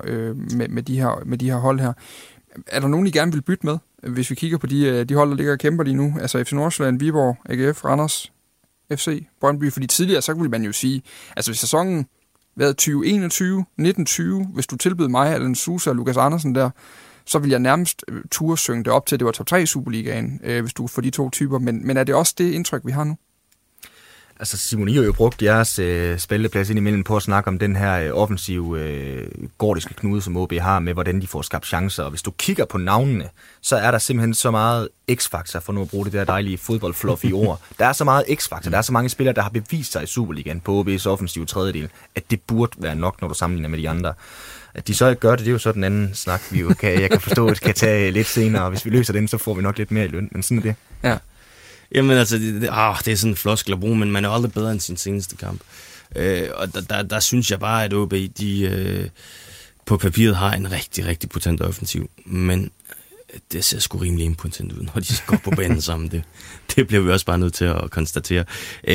med de her hold her. Er der nogen, I gerne vil bytte med, hvis vi kigger på de hold, der ligger og kæmper lige nu? Altså FC Nordsjælland, Viborg, AGF, Randers, FC, Brøndby, fordi tidligere, så ville man jo sige, altså hvis sæsonen været 2021, 1920, hvis du tilbød mig, Allan Sousa og Lukas Andersen der, så vil jeg nærmest turde synge det op til, at det var top 3 i Superligaen, hvis du får de to typer, men er det også det indtryk, vi har nu? Altså Simon, I har jo brugt jeres spilleplads ind imellem på at snakke om den her offensive gordiske knude, som OB har med, hvordan de får skabt chancer. Og hvis du kigger på navnene, så er der simpelthen så meget x-faktor, for nu at bruge det der dejlige fodboldfluffy ord. Der er så meget x-faktor, der er så mange spillere, der har bevist sig i Superligaen på OB's offensive tredjedel, at det burde være nok, når du sammenligner med de andre. At de så ikke gør det, det er jo sådan en anden snak, jeg kan forstå, at kan tage lidt senere, og hvis vi løser den, så får vi nok lidt mere i løn, men sådan er det. Ja. Jamen altså, det er sådan en floskel at bruge, men man er aldrig bedre end sin seneste kamp. Og der synes jeg bare, at OB, de på papiret har en rigtig, rigtig potent offensiv, men det ser sgu rimelig impotent ud, når de går på banen sammen. Det bliver vi også bare nødt til at konstatere.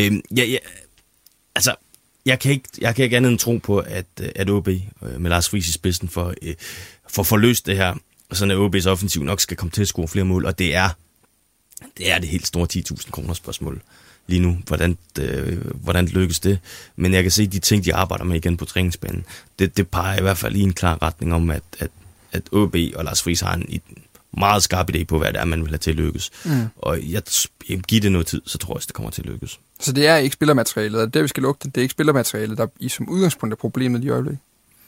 Altså, jeg kan ikke andet end tro på, at OB med Lars Friis i spidsen for at få løst det her, sådan at OB's offensiv nok skal komme til at score flere mål, og det er det helt store 10.000 kroner spørgsmål lige nu. Hvordan lykkes det? Men jeg kan se, de ting, de arbejder med igen på træningsbanen, det peger i hvert fald i en klar retning om, at OB og Lars Friis har en meget skarp idé på, hvad det er, man vil have til at lykkes. Og jeg giver det noget tid, så tror jeg, det kommer til at lykkes. Så det er ikke spillermaterialet, det vi skal lugte, det er ikke spillermaterialet, der i som udgangspunkt er problemet i øjeblikket?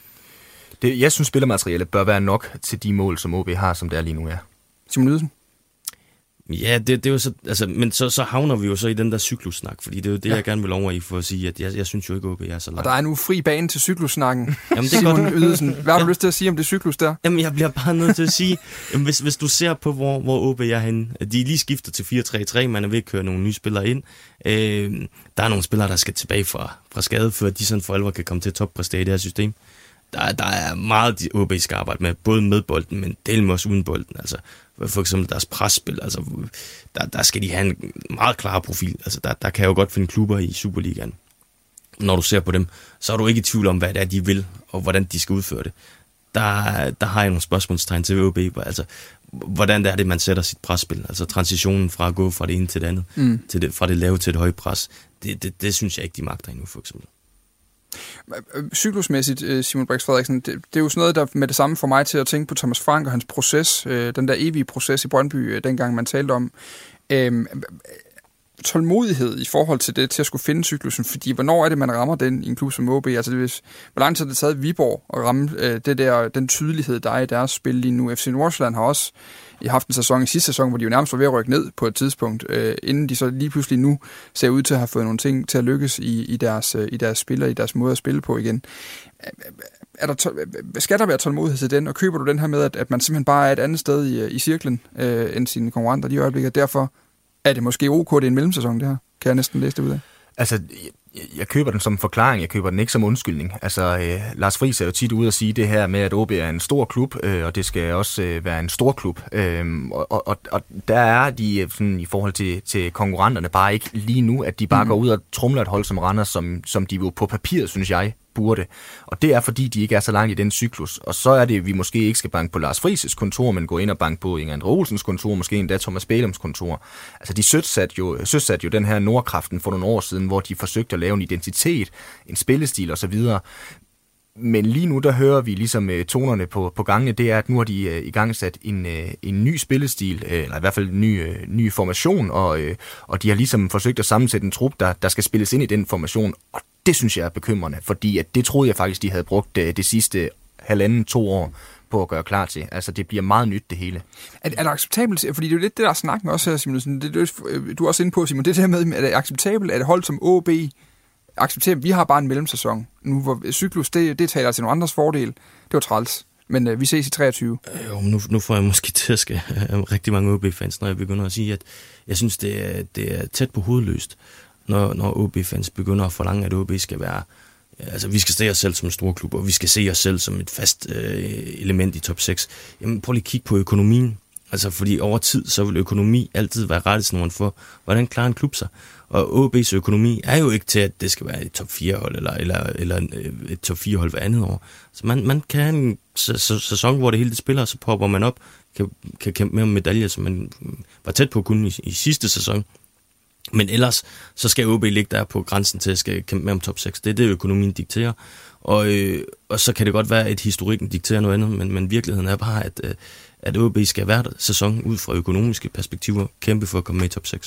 Jeg synes, spillermaterialet bør være nok til de mål, som OB har, som det er lige nu er. Simon Ydelsen? Ja, det er jo så, altså, men så havner vi jo så i den der cyklussnak, fordi det er jo det, jeg gerne vil over i for at sige, at jeg synes jo ikke, at OB er så langt. Og der er nu fri bane til cyklussnakken. Jamen, det er Simon godt. Ydelsen, hvad har du lyst til at sige om det cyklus der? Jamen, jeg bliver bare nødt til at sige, hvis du ser på, hvor OB er henne, at de lige skifter til 4-3-3, man er ved at køre nogle nye spillere ind. Der er nogle spillere, der skal tilbage fra skade, før de sådan for alvor kan komme til at toppræstere i det her system. Der er meget, OB skal arbejde med, både med bolden, men del med også uden bolden. Altså, for eksempel deres presspil, altså, der skal de have en meget klar profil. Altså, der kan jo godt finde klubber i Superligaen. Når du ser på dem, så er du ikke i tvivl om, hvad det er, de vil, og hvordan de skal udføre det. Der har jeg nogle spørgsmålstegn til OB. Altså, hvordan er det, man sætter sit presspil? Altså, transitionen fra at gå fra det ene til det andet, fra det lave til det høje pres. Det synes jeg ikke, de magter endnu, for eksempel. Cyklusmæssigt, Simon Brix Frederiksen, det er jo sådan noget, der med det samme får mig til at tænke på Thomas Frank og hans proces, den der evige proces i Brøndby, dengang man talte om. tålmodighed i forhold til det, til at skulle finde cyklusen? Fordi hvornår er det, man rammer den i en klub som OB? Altså, hvor lang tid har det taget Viborg at ramme den tydelighed, der er i deres spil lige nu? FC Nordsjælland har også haft en sæson i sidste sæson, hvor de jo nærmest var ved at rykke ned på et tidspunkt, inden de så lige pludselig nu ser ud til at have fået nogle ting til at lykkes i deres spil og i deres måde at spille på igen. Skal der være tålmodighed til den, og køber du den her med, at man simpelthen bare er et andet sted i cirklen end sine konkurrenter i øjeblikket, derfor er det måske ok, det er en mellemsæson, det her? Kan jeg næsten læse det ud af? Altså, jeg køber den som forklaring, jeg køber den ikke som undskyldning. Altså, Lars Friis er jo tit ude at sige det her med, at OB er en stor klub, og det skal også være en stor klub. Og der er de sådan, i forhold til konkurrenterne bare ikke lige nu, at de bare går ud og tromler et hold som Randers, som de jo på papiret, synes jeg, burde. Og det er, fordi de ikke er så langt i den cyklus. Og så er det, at vi måske ikke skal banke på Lars Friis' kontor, men gå ind og banke på Inger Andre Olsens kontor, måske endda Thomas Bælums kontor. Altså, de søsatte jo den her Nordkraften for nogle år siden, hvor de forsøgte at lave en identitet, en spillestil osv. Men lige nu, der hører vi ligesom tonerne på gangene, det er, at nu har de i gang sat en ny spillestil, eller i hvert fald en ny formation, og de har ligesom forsøgt at sammensætte en trup, der skal spilles ind i den formation, og det synes jeg er bekymrende, fordi at det troede jeg faktisk, de havde brugt det sidste 1,5-2 år på at gøre klar til. Altså, det bliver meget nyt, det hele. Er det acceptabelt? Fordi det er jo lidt det, der er snakken også her, Simon. Du er også inde på, Simon. Det der med, er det acceptabelt, at et hold som OB accepterer, vi har bare en mellemsæson nu, hvor cyklus, det taler til nogle andres fordel. Det var træls. Men vi ses i 23. Nu får jeg måske tæsk af rigtig mange OB-fans, når jeg begynder at sige, at jeg synes, det er tæt på hovedløst, når OB-fans begynder at forlange, at OB skal være... Altså, vi skal se os selv som en stor klub, og vi skal se os selv som et fast element i top 6. Jamen, prøv lige at kigge på økonomien. Altså, fordi over tid, så vil økonomi altid være rettesnoren for, hvordan klarer en klub sig. Og OB's økonomi er jo ikke til, at det skal være et top 4-hold, eller et top 4-hold hver andet år. Så man kan have en sæson, hvor det hele det spiller, og så popper man op, kan kæmpe med medaljer, som man var tæt på kun i sidste sæson. Men ellers, så skal OB ligge der på grænsen til at skal kæmpe med om top 6. Det er det, økonomien dikterer. Og så kan det godt være, at historikken dikterer noget andet, men virkeligheden er bare, at OB skal hver sæson ud fra økonomiske perspektiver kæmpe for at komme med i top 6.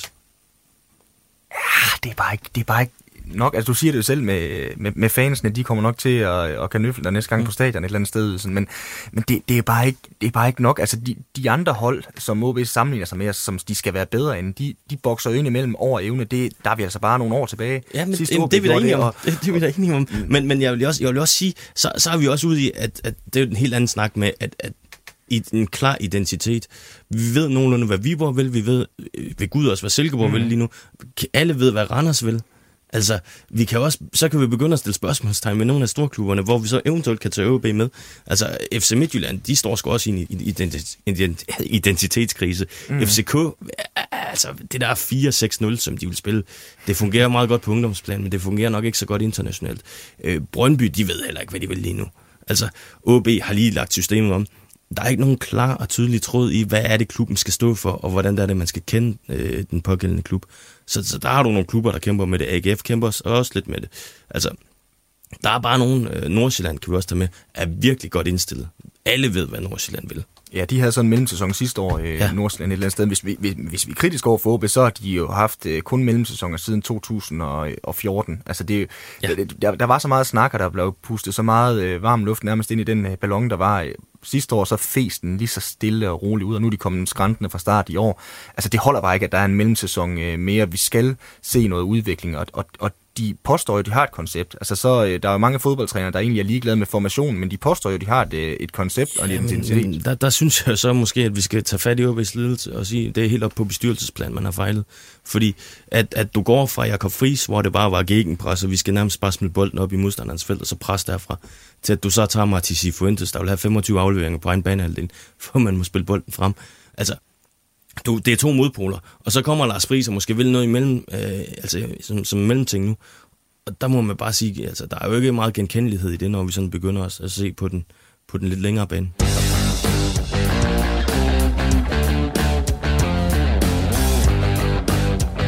Ja, det er bare ikke nok. Altså, du siger det jo selv med fansene, de kommer nok til at kan nøfle der næste gang på stadion et eller andet sted. Sådan, men det er bare ikke nok. Altså, de andre hold, som OB sammenligner sig med, som de skal være bedre end, de bokser jo ind imellem over evne. Der er vi altså bare nogle år tilbage. Ja, men det er vi da enige om. Det er vi da enige om. Men jeg vil også sige, så er vi også ude i, at det er en helt anden snak med, at i en klar identitet. Vi ved nogenlunde, hvad Viborg vil. Vi ved Gud også, hvad Silkeborg vil lige nu. Alle ved, hvad Randers vil. Altså, så kan vi begynde at stille spørgsmålstegn med nogle af storklubberne, hvor vi så eventuelt kan tage OB med. Altså, FC Midtjylland, de står sgu også i en identitetskrise. FCK, altså, det der 4-6-0, som de vil spille, det fungerer meget godt på ungdomsplan, men det fungerer nok ikke så godt internationalt. Brøndby, de ved heller ikke, hvad de vil lige nu. Altså, OB har lige lagt systemet om. Der er ikke nogen klar og tydelig tråd i, hvad er det, klubben skal stå for, og hvordan er det, man skal kende den pågældende klub. Så der har du nogle klubber, der kæmper med det. AGF kæmper også lidt med det. Altså, der er bare nogen, Nordsjælland kan vi også tage med, er virkelig godt indstillet. Alle ved, hvad Nordsjælland vil. Ja, de havde sådan en mellemsæson sidste år i Nordsjælland et eller andet sted. Hvis vi er kritisk over for OB, så har de jo haft kun mellemsæsoner siden 2014. Altså der var så meget snak, og der blev pustet så meget varm luft nærmest ind i den ballon, der var sidste år, så fes den lige så stille og roligt ud, og nu er de kommet skrantende fra start i år. Altså det holder bare ikke, at der er en mellemsæson mere. Vi skal se noget udvikling, og de påstår jo, at de har et koncept. Altså så, der er jo mange fodboldtrænere, der egentlig er ligeglade med formationen, men de påstår jo, at de har et koncept og en identitet. Der synes jeg så måske, at vi skal tage fat i OB's ledelse og sige, at det er helt op på bestyrelsesplan, man har fejlet. Fordi at du går fra Jakob Friis, hvor det bare var gegenpres, og vi skal nærmest bare smide bolden op i modstanderens felt, og så presse derfra, til at du så tager Martin Cifuentes, der vil have 25 afleveringer på egen banehalvdel, for man må spille bolden frem. Altså, det er to modpoler, og så kommer Lars Friis og måske vil noget imellem, som mellemting nu. Og der må man bare sige, altså der er jo ikke meget genkendelighed i det, når vi sådan begynder at se på den lidt længere bane.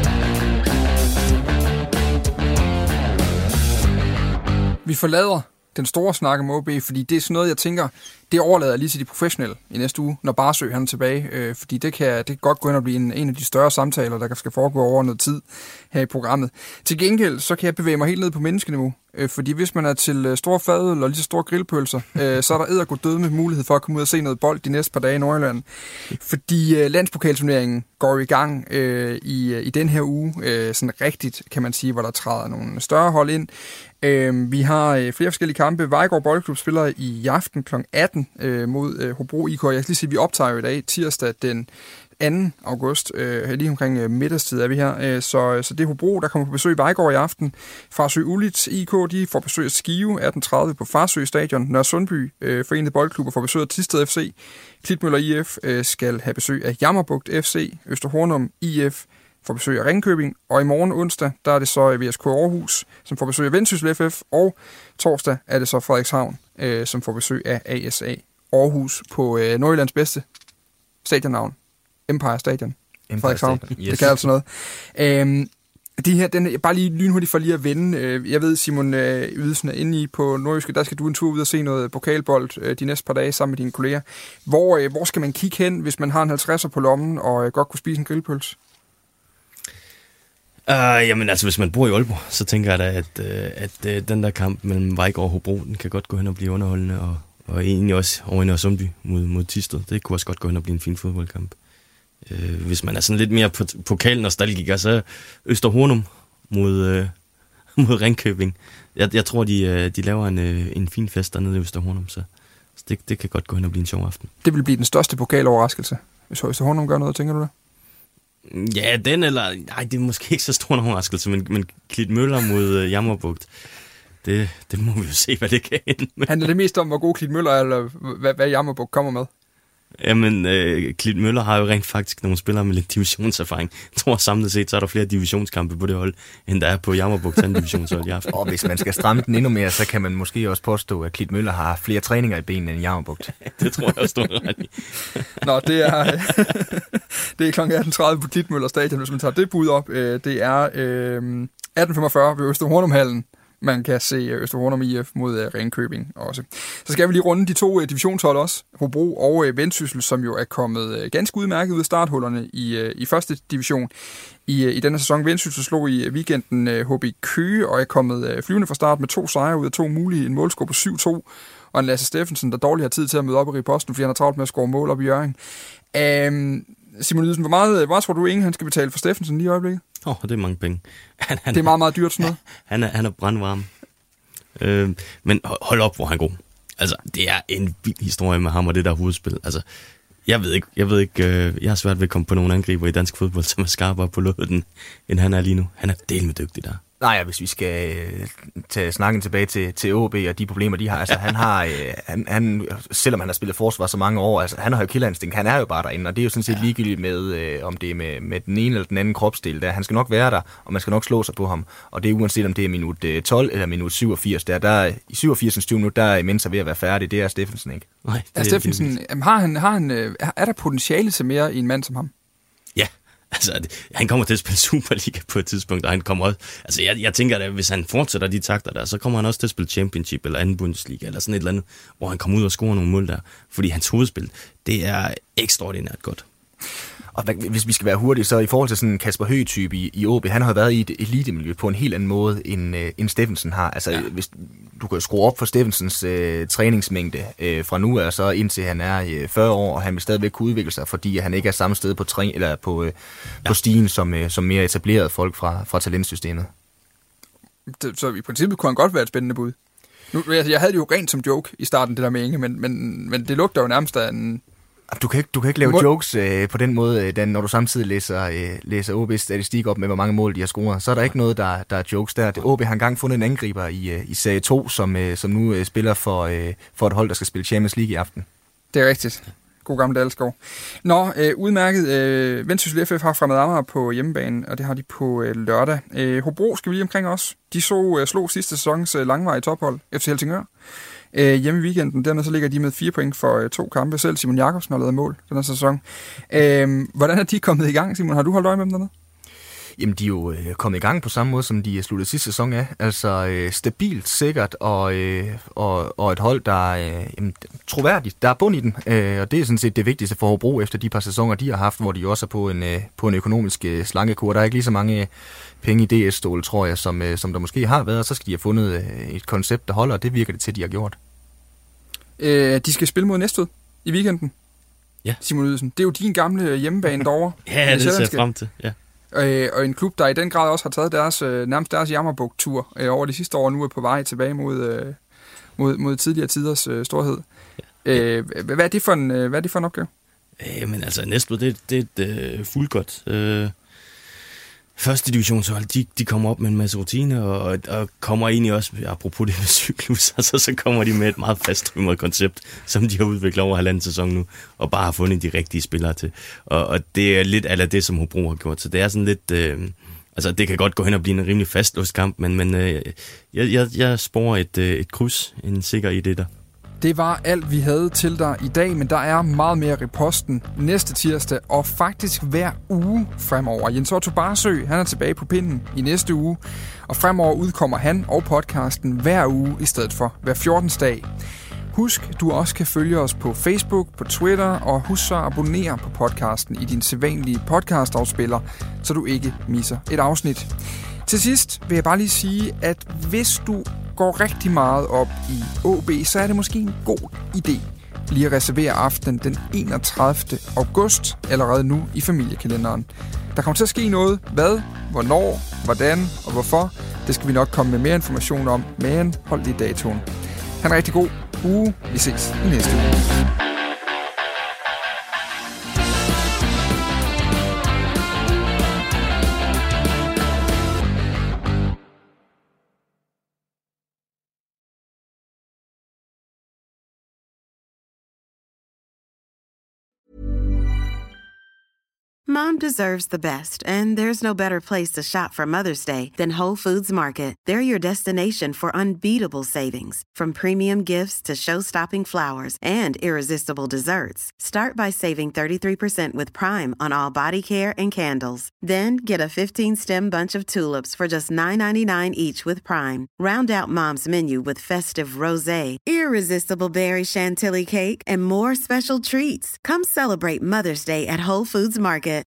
Vi forlader den store snak om OB, fordi det er sådan noget, jeg tænker, det overlader jeg lige til de professionelle i næste uge, når Barsø han er tilbage, fordi det kan godt gå ind og blive en af de større samtaler, der skal foregå over noget tid her i programmet. Til gengæld, så kan jeg bevæge mig helt ned på menneskeniveau, fordi hvis man er til store fadøl og lige så store grillpølser, så er der eddergodt død med mulighed for at komme ud og se noget bold de næste par dage i Nordjylland. Fordi landspokalturneringen går i gang i den her uge, sådan rigtigt, kan man sige, hvor der træder nogle større hold ind. Vi har flere forskellige kampe. Vejgaard Boldklub spiller i aften kl. 18 mod Hobro IK. Jeg kan lige sige, at vi optager jo i dag, tirsdag den 2. august. Lige omkring middagstid er vi her. Så det er Hobro, der kommer på besøg i Vejgaard i aften. Farsø Ulitz IK, de får besøg af Skive 18:30 på Farsø Stadion. Nørre Sundby Forenede Boldklubber får besøg af Thisted FC. Klitmøller IF skal have besøg af Jammerbugt FC. Øster Hornum IF får besøg af Ringkøbing, og i morgen onsdag, der er det så VSK Aarhus, som får besøg af Vendsyssel FF, og torsdag er det så Frederikshavn, som får besøg af ASA Aarhus på Nordjyllands bedste stadionnavn, Empire Stadion. Frederikshavn, yes. Det kan altså noget. De her, bare lige lynhurtigt for lige at vende. Jeg ved, Simon Ydelsen er inde i på Nordjyske, der skal du en tur ud og se noget pokalbold de næste par dage sammen med dine kolleger. Hvor skal man kigge hen, hvis man har en 50'er på lommen og godt kunne spise en grillpølse? Jamen altså, hvis man bor i Aalborg, så tænker jeg da, at den der kamp mellem Vejgaard og Hobro, den kan godt gå hen og blive underholdende, og egentlig også over i Nørre Sundby mod Thisted. Det kunne også godt gå hen og blive en fin fodboldkamp. Hvis man er sådan lidt mere pokalnostalgiker, så Øster Hornum mod Ringkøbing. Jeg tror, de laver en fin fest dernede i Øster Hornum, så det kan godt gå hen og blive en sjov aften. Det vil blive den største pokaloverraskelse, hvis Øster Hornum gør noget, tænker du det? Ja, nej, det er måske ikke så stor en overraskelse, men Klitmøller mod Jammerbugt, det må vi jo se, hvad det kan ende med. Handler det mest om, hvor god Klitmøller er, eller hvad Jammerbugt kommer med? Jamen, Klitmøller har jo rent faktisk nogle spillere med lidt divisionserfaring. Jeg tror samlet set, så er der flere divisionskampe på det hold, end der er på Jammerbugt anden divisionshold i aften. Og hvis man skal stramme den endnu mere, så kan man måske også påstå, at Klitmøller har flere træninger i benene end Jammerbugt. Det tror jeg også, du har ret i. Nå, det er kl. 18:30 på Klitmøller Stadion, hvis man tager det bud op. Det er 18:45 ved Øster Hornum-hallen. Man kan se Øster Hornum IF mod Ringkøbing også. Så skal vi lige runde de to divisionshold også, Hobro og Vendsyssel, som jo er kommet ganske udmærket ud af starthullerne i første division. I denne sæson Vendsyssel slog i weekenden HB Køge og er kommet flyvende fra start med 2 sejre ud af 2 mulige, en målscore på 7-2, og en Lasse Steffensen, der dårligt har tid til at møde op i posten, fordi han har travlt med at score mål op i Hjørring. Simon Ydelsen, hvor meget tror du ikke, han skal betale for Steffensen lige i øjeblikket? Det er mange penge. Det er meget, meget dyrt sådan noget. Han er brandvarm. Men hold op, hvor han er god. Altså, det er en vild historie med ham og det der hovedspil. Altså, jeg ved ikke, jeg har svært ved at komme på nogle angriber i dansk fodbold, som er skarpere på låden, end han er lige nu. Han er delme dygtig der. Nej, hvis vi skal tage snakken tilbage til OB og de problemer, de har. Altså, han har, selvom han har spillet forsvar så mange år, altså, han har jo killerinstinkt. Han er jo bare derinde, og det er jo sådan set ligegyldigt med, om det er med den ene eller den anden kropsdel. Der. Han skal nok være der, og man skal nok slå sig på ham. Og det er uanset om det er minut 12 eller minut 87. Der i 87. 20 minutter, der er Mensa ved at være færdig. Det er Steffensen ikke. Nej, det er Steffensen. Er der potentiale til mere i en mand som ham? Ja. Altså, han kommer til at spille Superliga på et tidspunkt, og han kommer også... Altså, jeg tænker, at hvis han fortsætter de takter der, så kommer han også til at spille Championship eller anden Bundesliga, eller sådan et eller andet, hvor han kommer ud og scorer nogle mål der. Fordi hans hovedspil, det er ekstraordinært godt. Og hvis vi skal være hurtige, så i forhold til sådan en Kasper Høgh-type i OB, han har været i et elitemiljø på en helt anden måde, end Steffensen har. Altså, hvis du kan skrue op for Steffensens træningsmængde fra nu af, så indtil han er 40 år, og han vil stadigvæk kunne udvikle sig, fordi han ikke er samme sted på stigen som mere etablerede folk fra talentsystemet. Så i princippet kunne han godt være et spændende bud. Nu, jeg havde det jo rent som joke i starten, det der med Inge, men det lugter jo nærmest af en... Du kan ikke lave jokes på den måde, når du samtidig læser OB's statistik op med, hvor mange mål de har scoret. Så er der ikke noget, der er jokes der. OB har engang fundet en angriber i serie 2, som nu spiller for et hold, der skal spille Champions League i aften. Det er rigtigt. God gammel Dalsgaard. Nå, udmærket. Vendsyssel FF har Fremad Amager på hjemmebane, og det har de på lørdag. Hobro skal vi lige omkring os. De slog sidste sæsons langvarige tophold, FC Helsingør. Hjemme i weekenden, dermed så ligger de med 4 point for 2 kampe. Selv Simon Jakobsen har lavet mål den her sæson. Hvordan er de kommet i gang, Simon? Har du holdt øje med dem dernede? Jamen, de er jo kommet i gang på samme måde, som de sluttede sidste sæson af. Altså stabilt, sikkert, og et hold, der er troværdigt. Der er bund i den, og det er sådan set det vigtigste for Hobro efter de par sæsoner, de har haft, hvor de også er på en økonomisk slankekur. Der er ikke lige så mange penge i DS-stål, tror jeg, som der måske har været, og så skal de have fundet et koncept, der holder, og det virker det til, de har gjort. De skal spille mod Næstved i weekenden. Ja. Simon Ydelsen. Det er jo din gamle hjemmebane derovre. Ja, det ser jeg frem til, ja. Og en klub, der i den grad også har taget nærmest deres Jammerbugt-tur over de sidste år, nu er på vej tilbage mod tidligere tiders storhed. Ja. Hvad er det for en opgave? Men altså, Næstved, det er et fuldgodt første divisionshold. De kommer op med en masse rutine, og kommer egentlig også, apropos det med cyklus, altså, så kommer de med et meget fasttømret koncept, som de har udviklet over 1,5 sæson nu, og bare har fundet de rigtige spillere til. Og det er lidt ala det, som Hobro har gjort. Så det er sådan lidt... altså, det kan godt gå hen og blive en rimelig fastlåst kamp, men jeg sporer et kryds, en sikker idé der. Det var alt, vi havde til dig i dag, men der er meget mere i posten næste tirsdag, og faktisk hver uge fremover. Jens Otto Barsø, han er tilbage på pinden i næste uge, og fremover udkommer han og podcasten hver uge i stedet for hver 14. dag. Husk, du også kan følge os på Facebook, på Twitter, og husk så at abonnere på podcasten i din sædvanlige podcastafspiller, så du ikke misser et afsnit. Til sidst vil jeg bare lige sige, at hvis du går rigtig meget op i OB, så er det måske en god idé lige at reservere aftenen den 31. august allerede nu i familiekalenderen. Der kommer til at ske noget. Hvad, hvornår, hvordan og hvorfor, det skal vi nok komme med mere information om, men hold lige datoen. Ha' en rigtig god uge. Vi ses i næste uge. Mom deserves the best, and there's no better place to shop for Mother's Day than Whole Foods Market. They're your destination for unbeatable savings, from premium gifts to show-stopping flowers and irresistible desserts. Start by saving 33% with Prime on all body care and candles. Then get a 15-stem bunch of tulips for just $9.99 each with Prime. Round out Mom's menu with festive rosé, irresistible berry chantilly cake, and more special treats. Come celebrate Mother's Day at Whole Foods Market.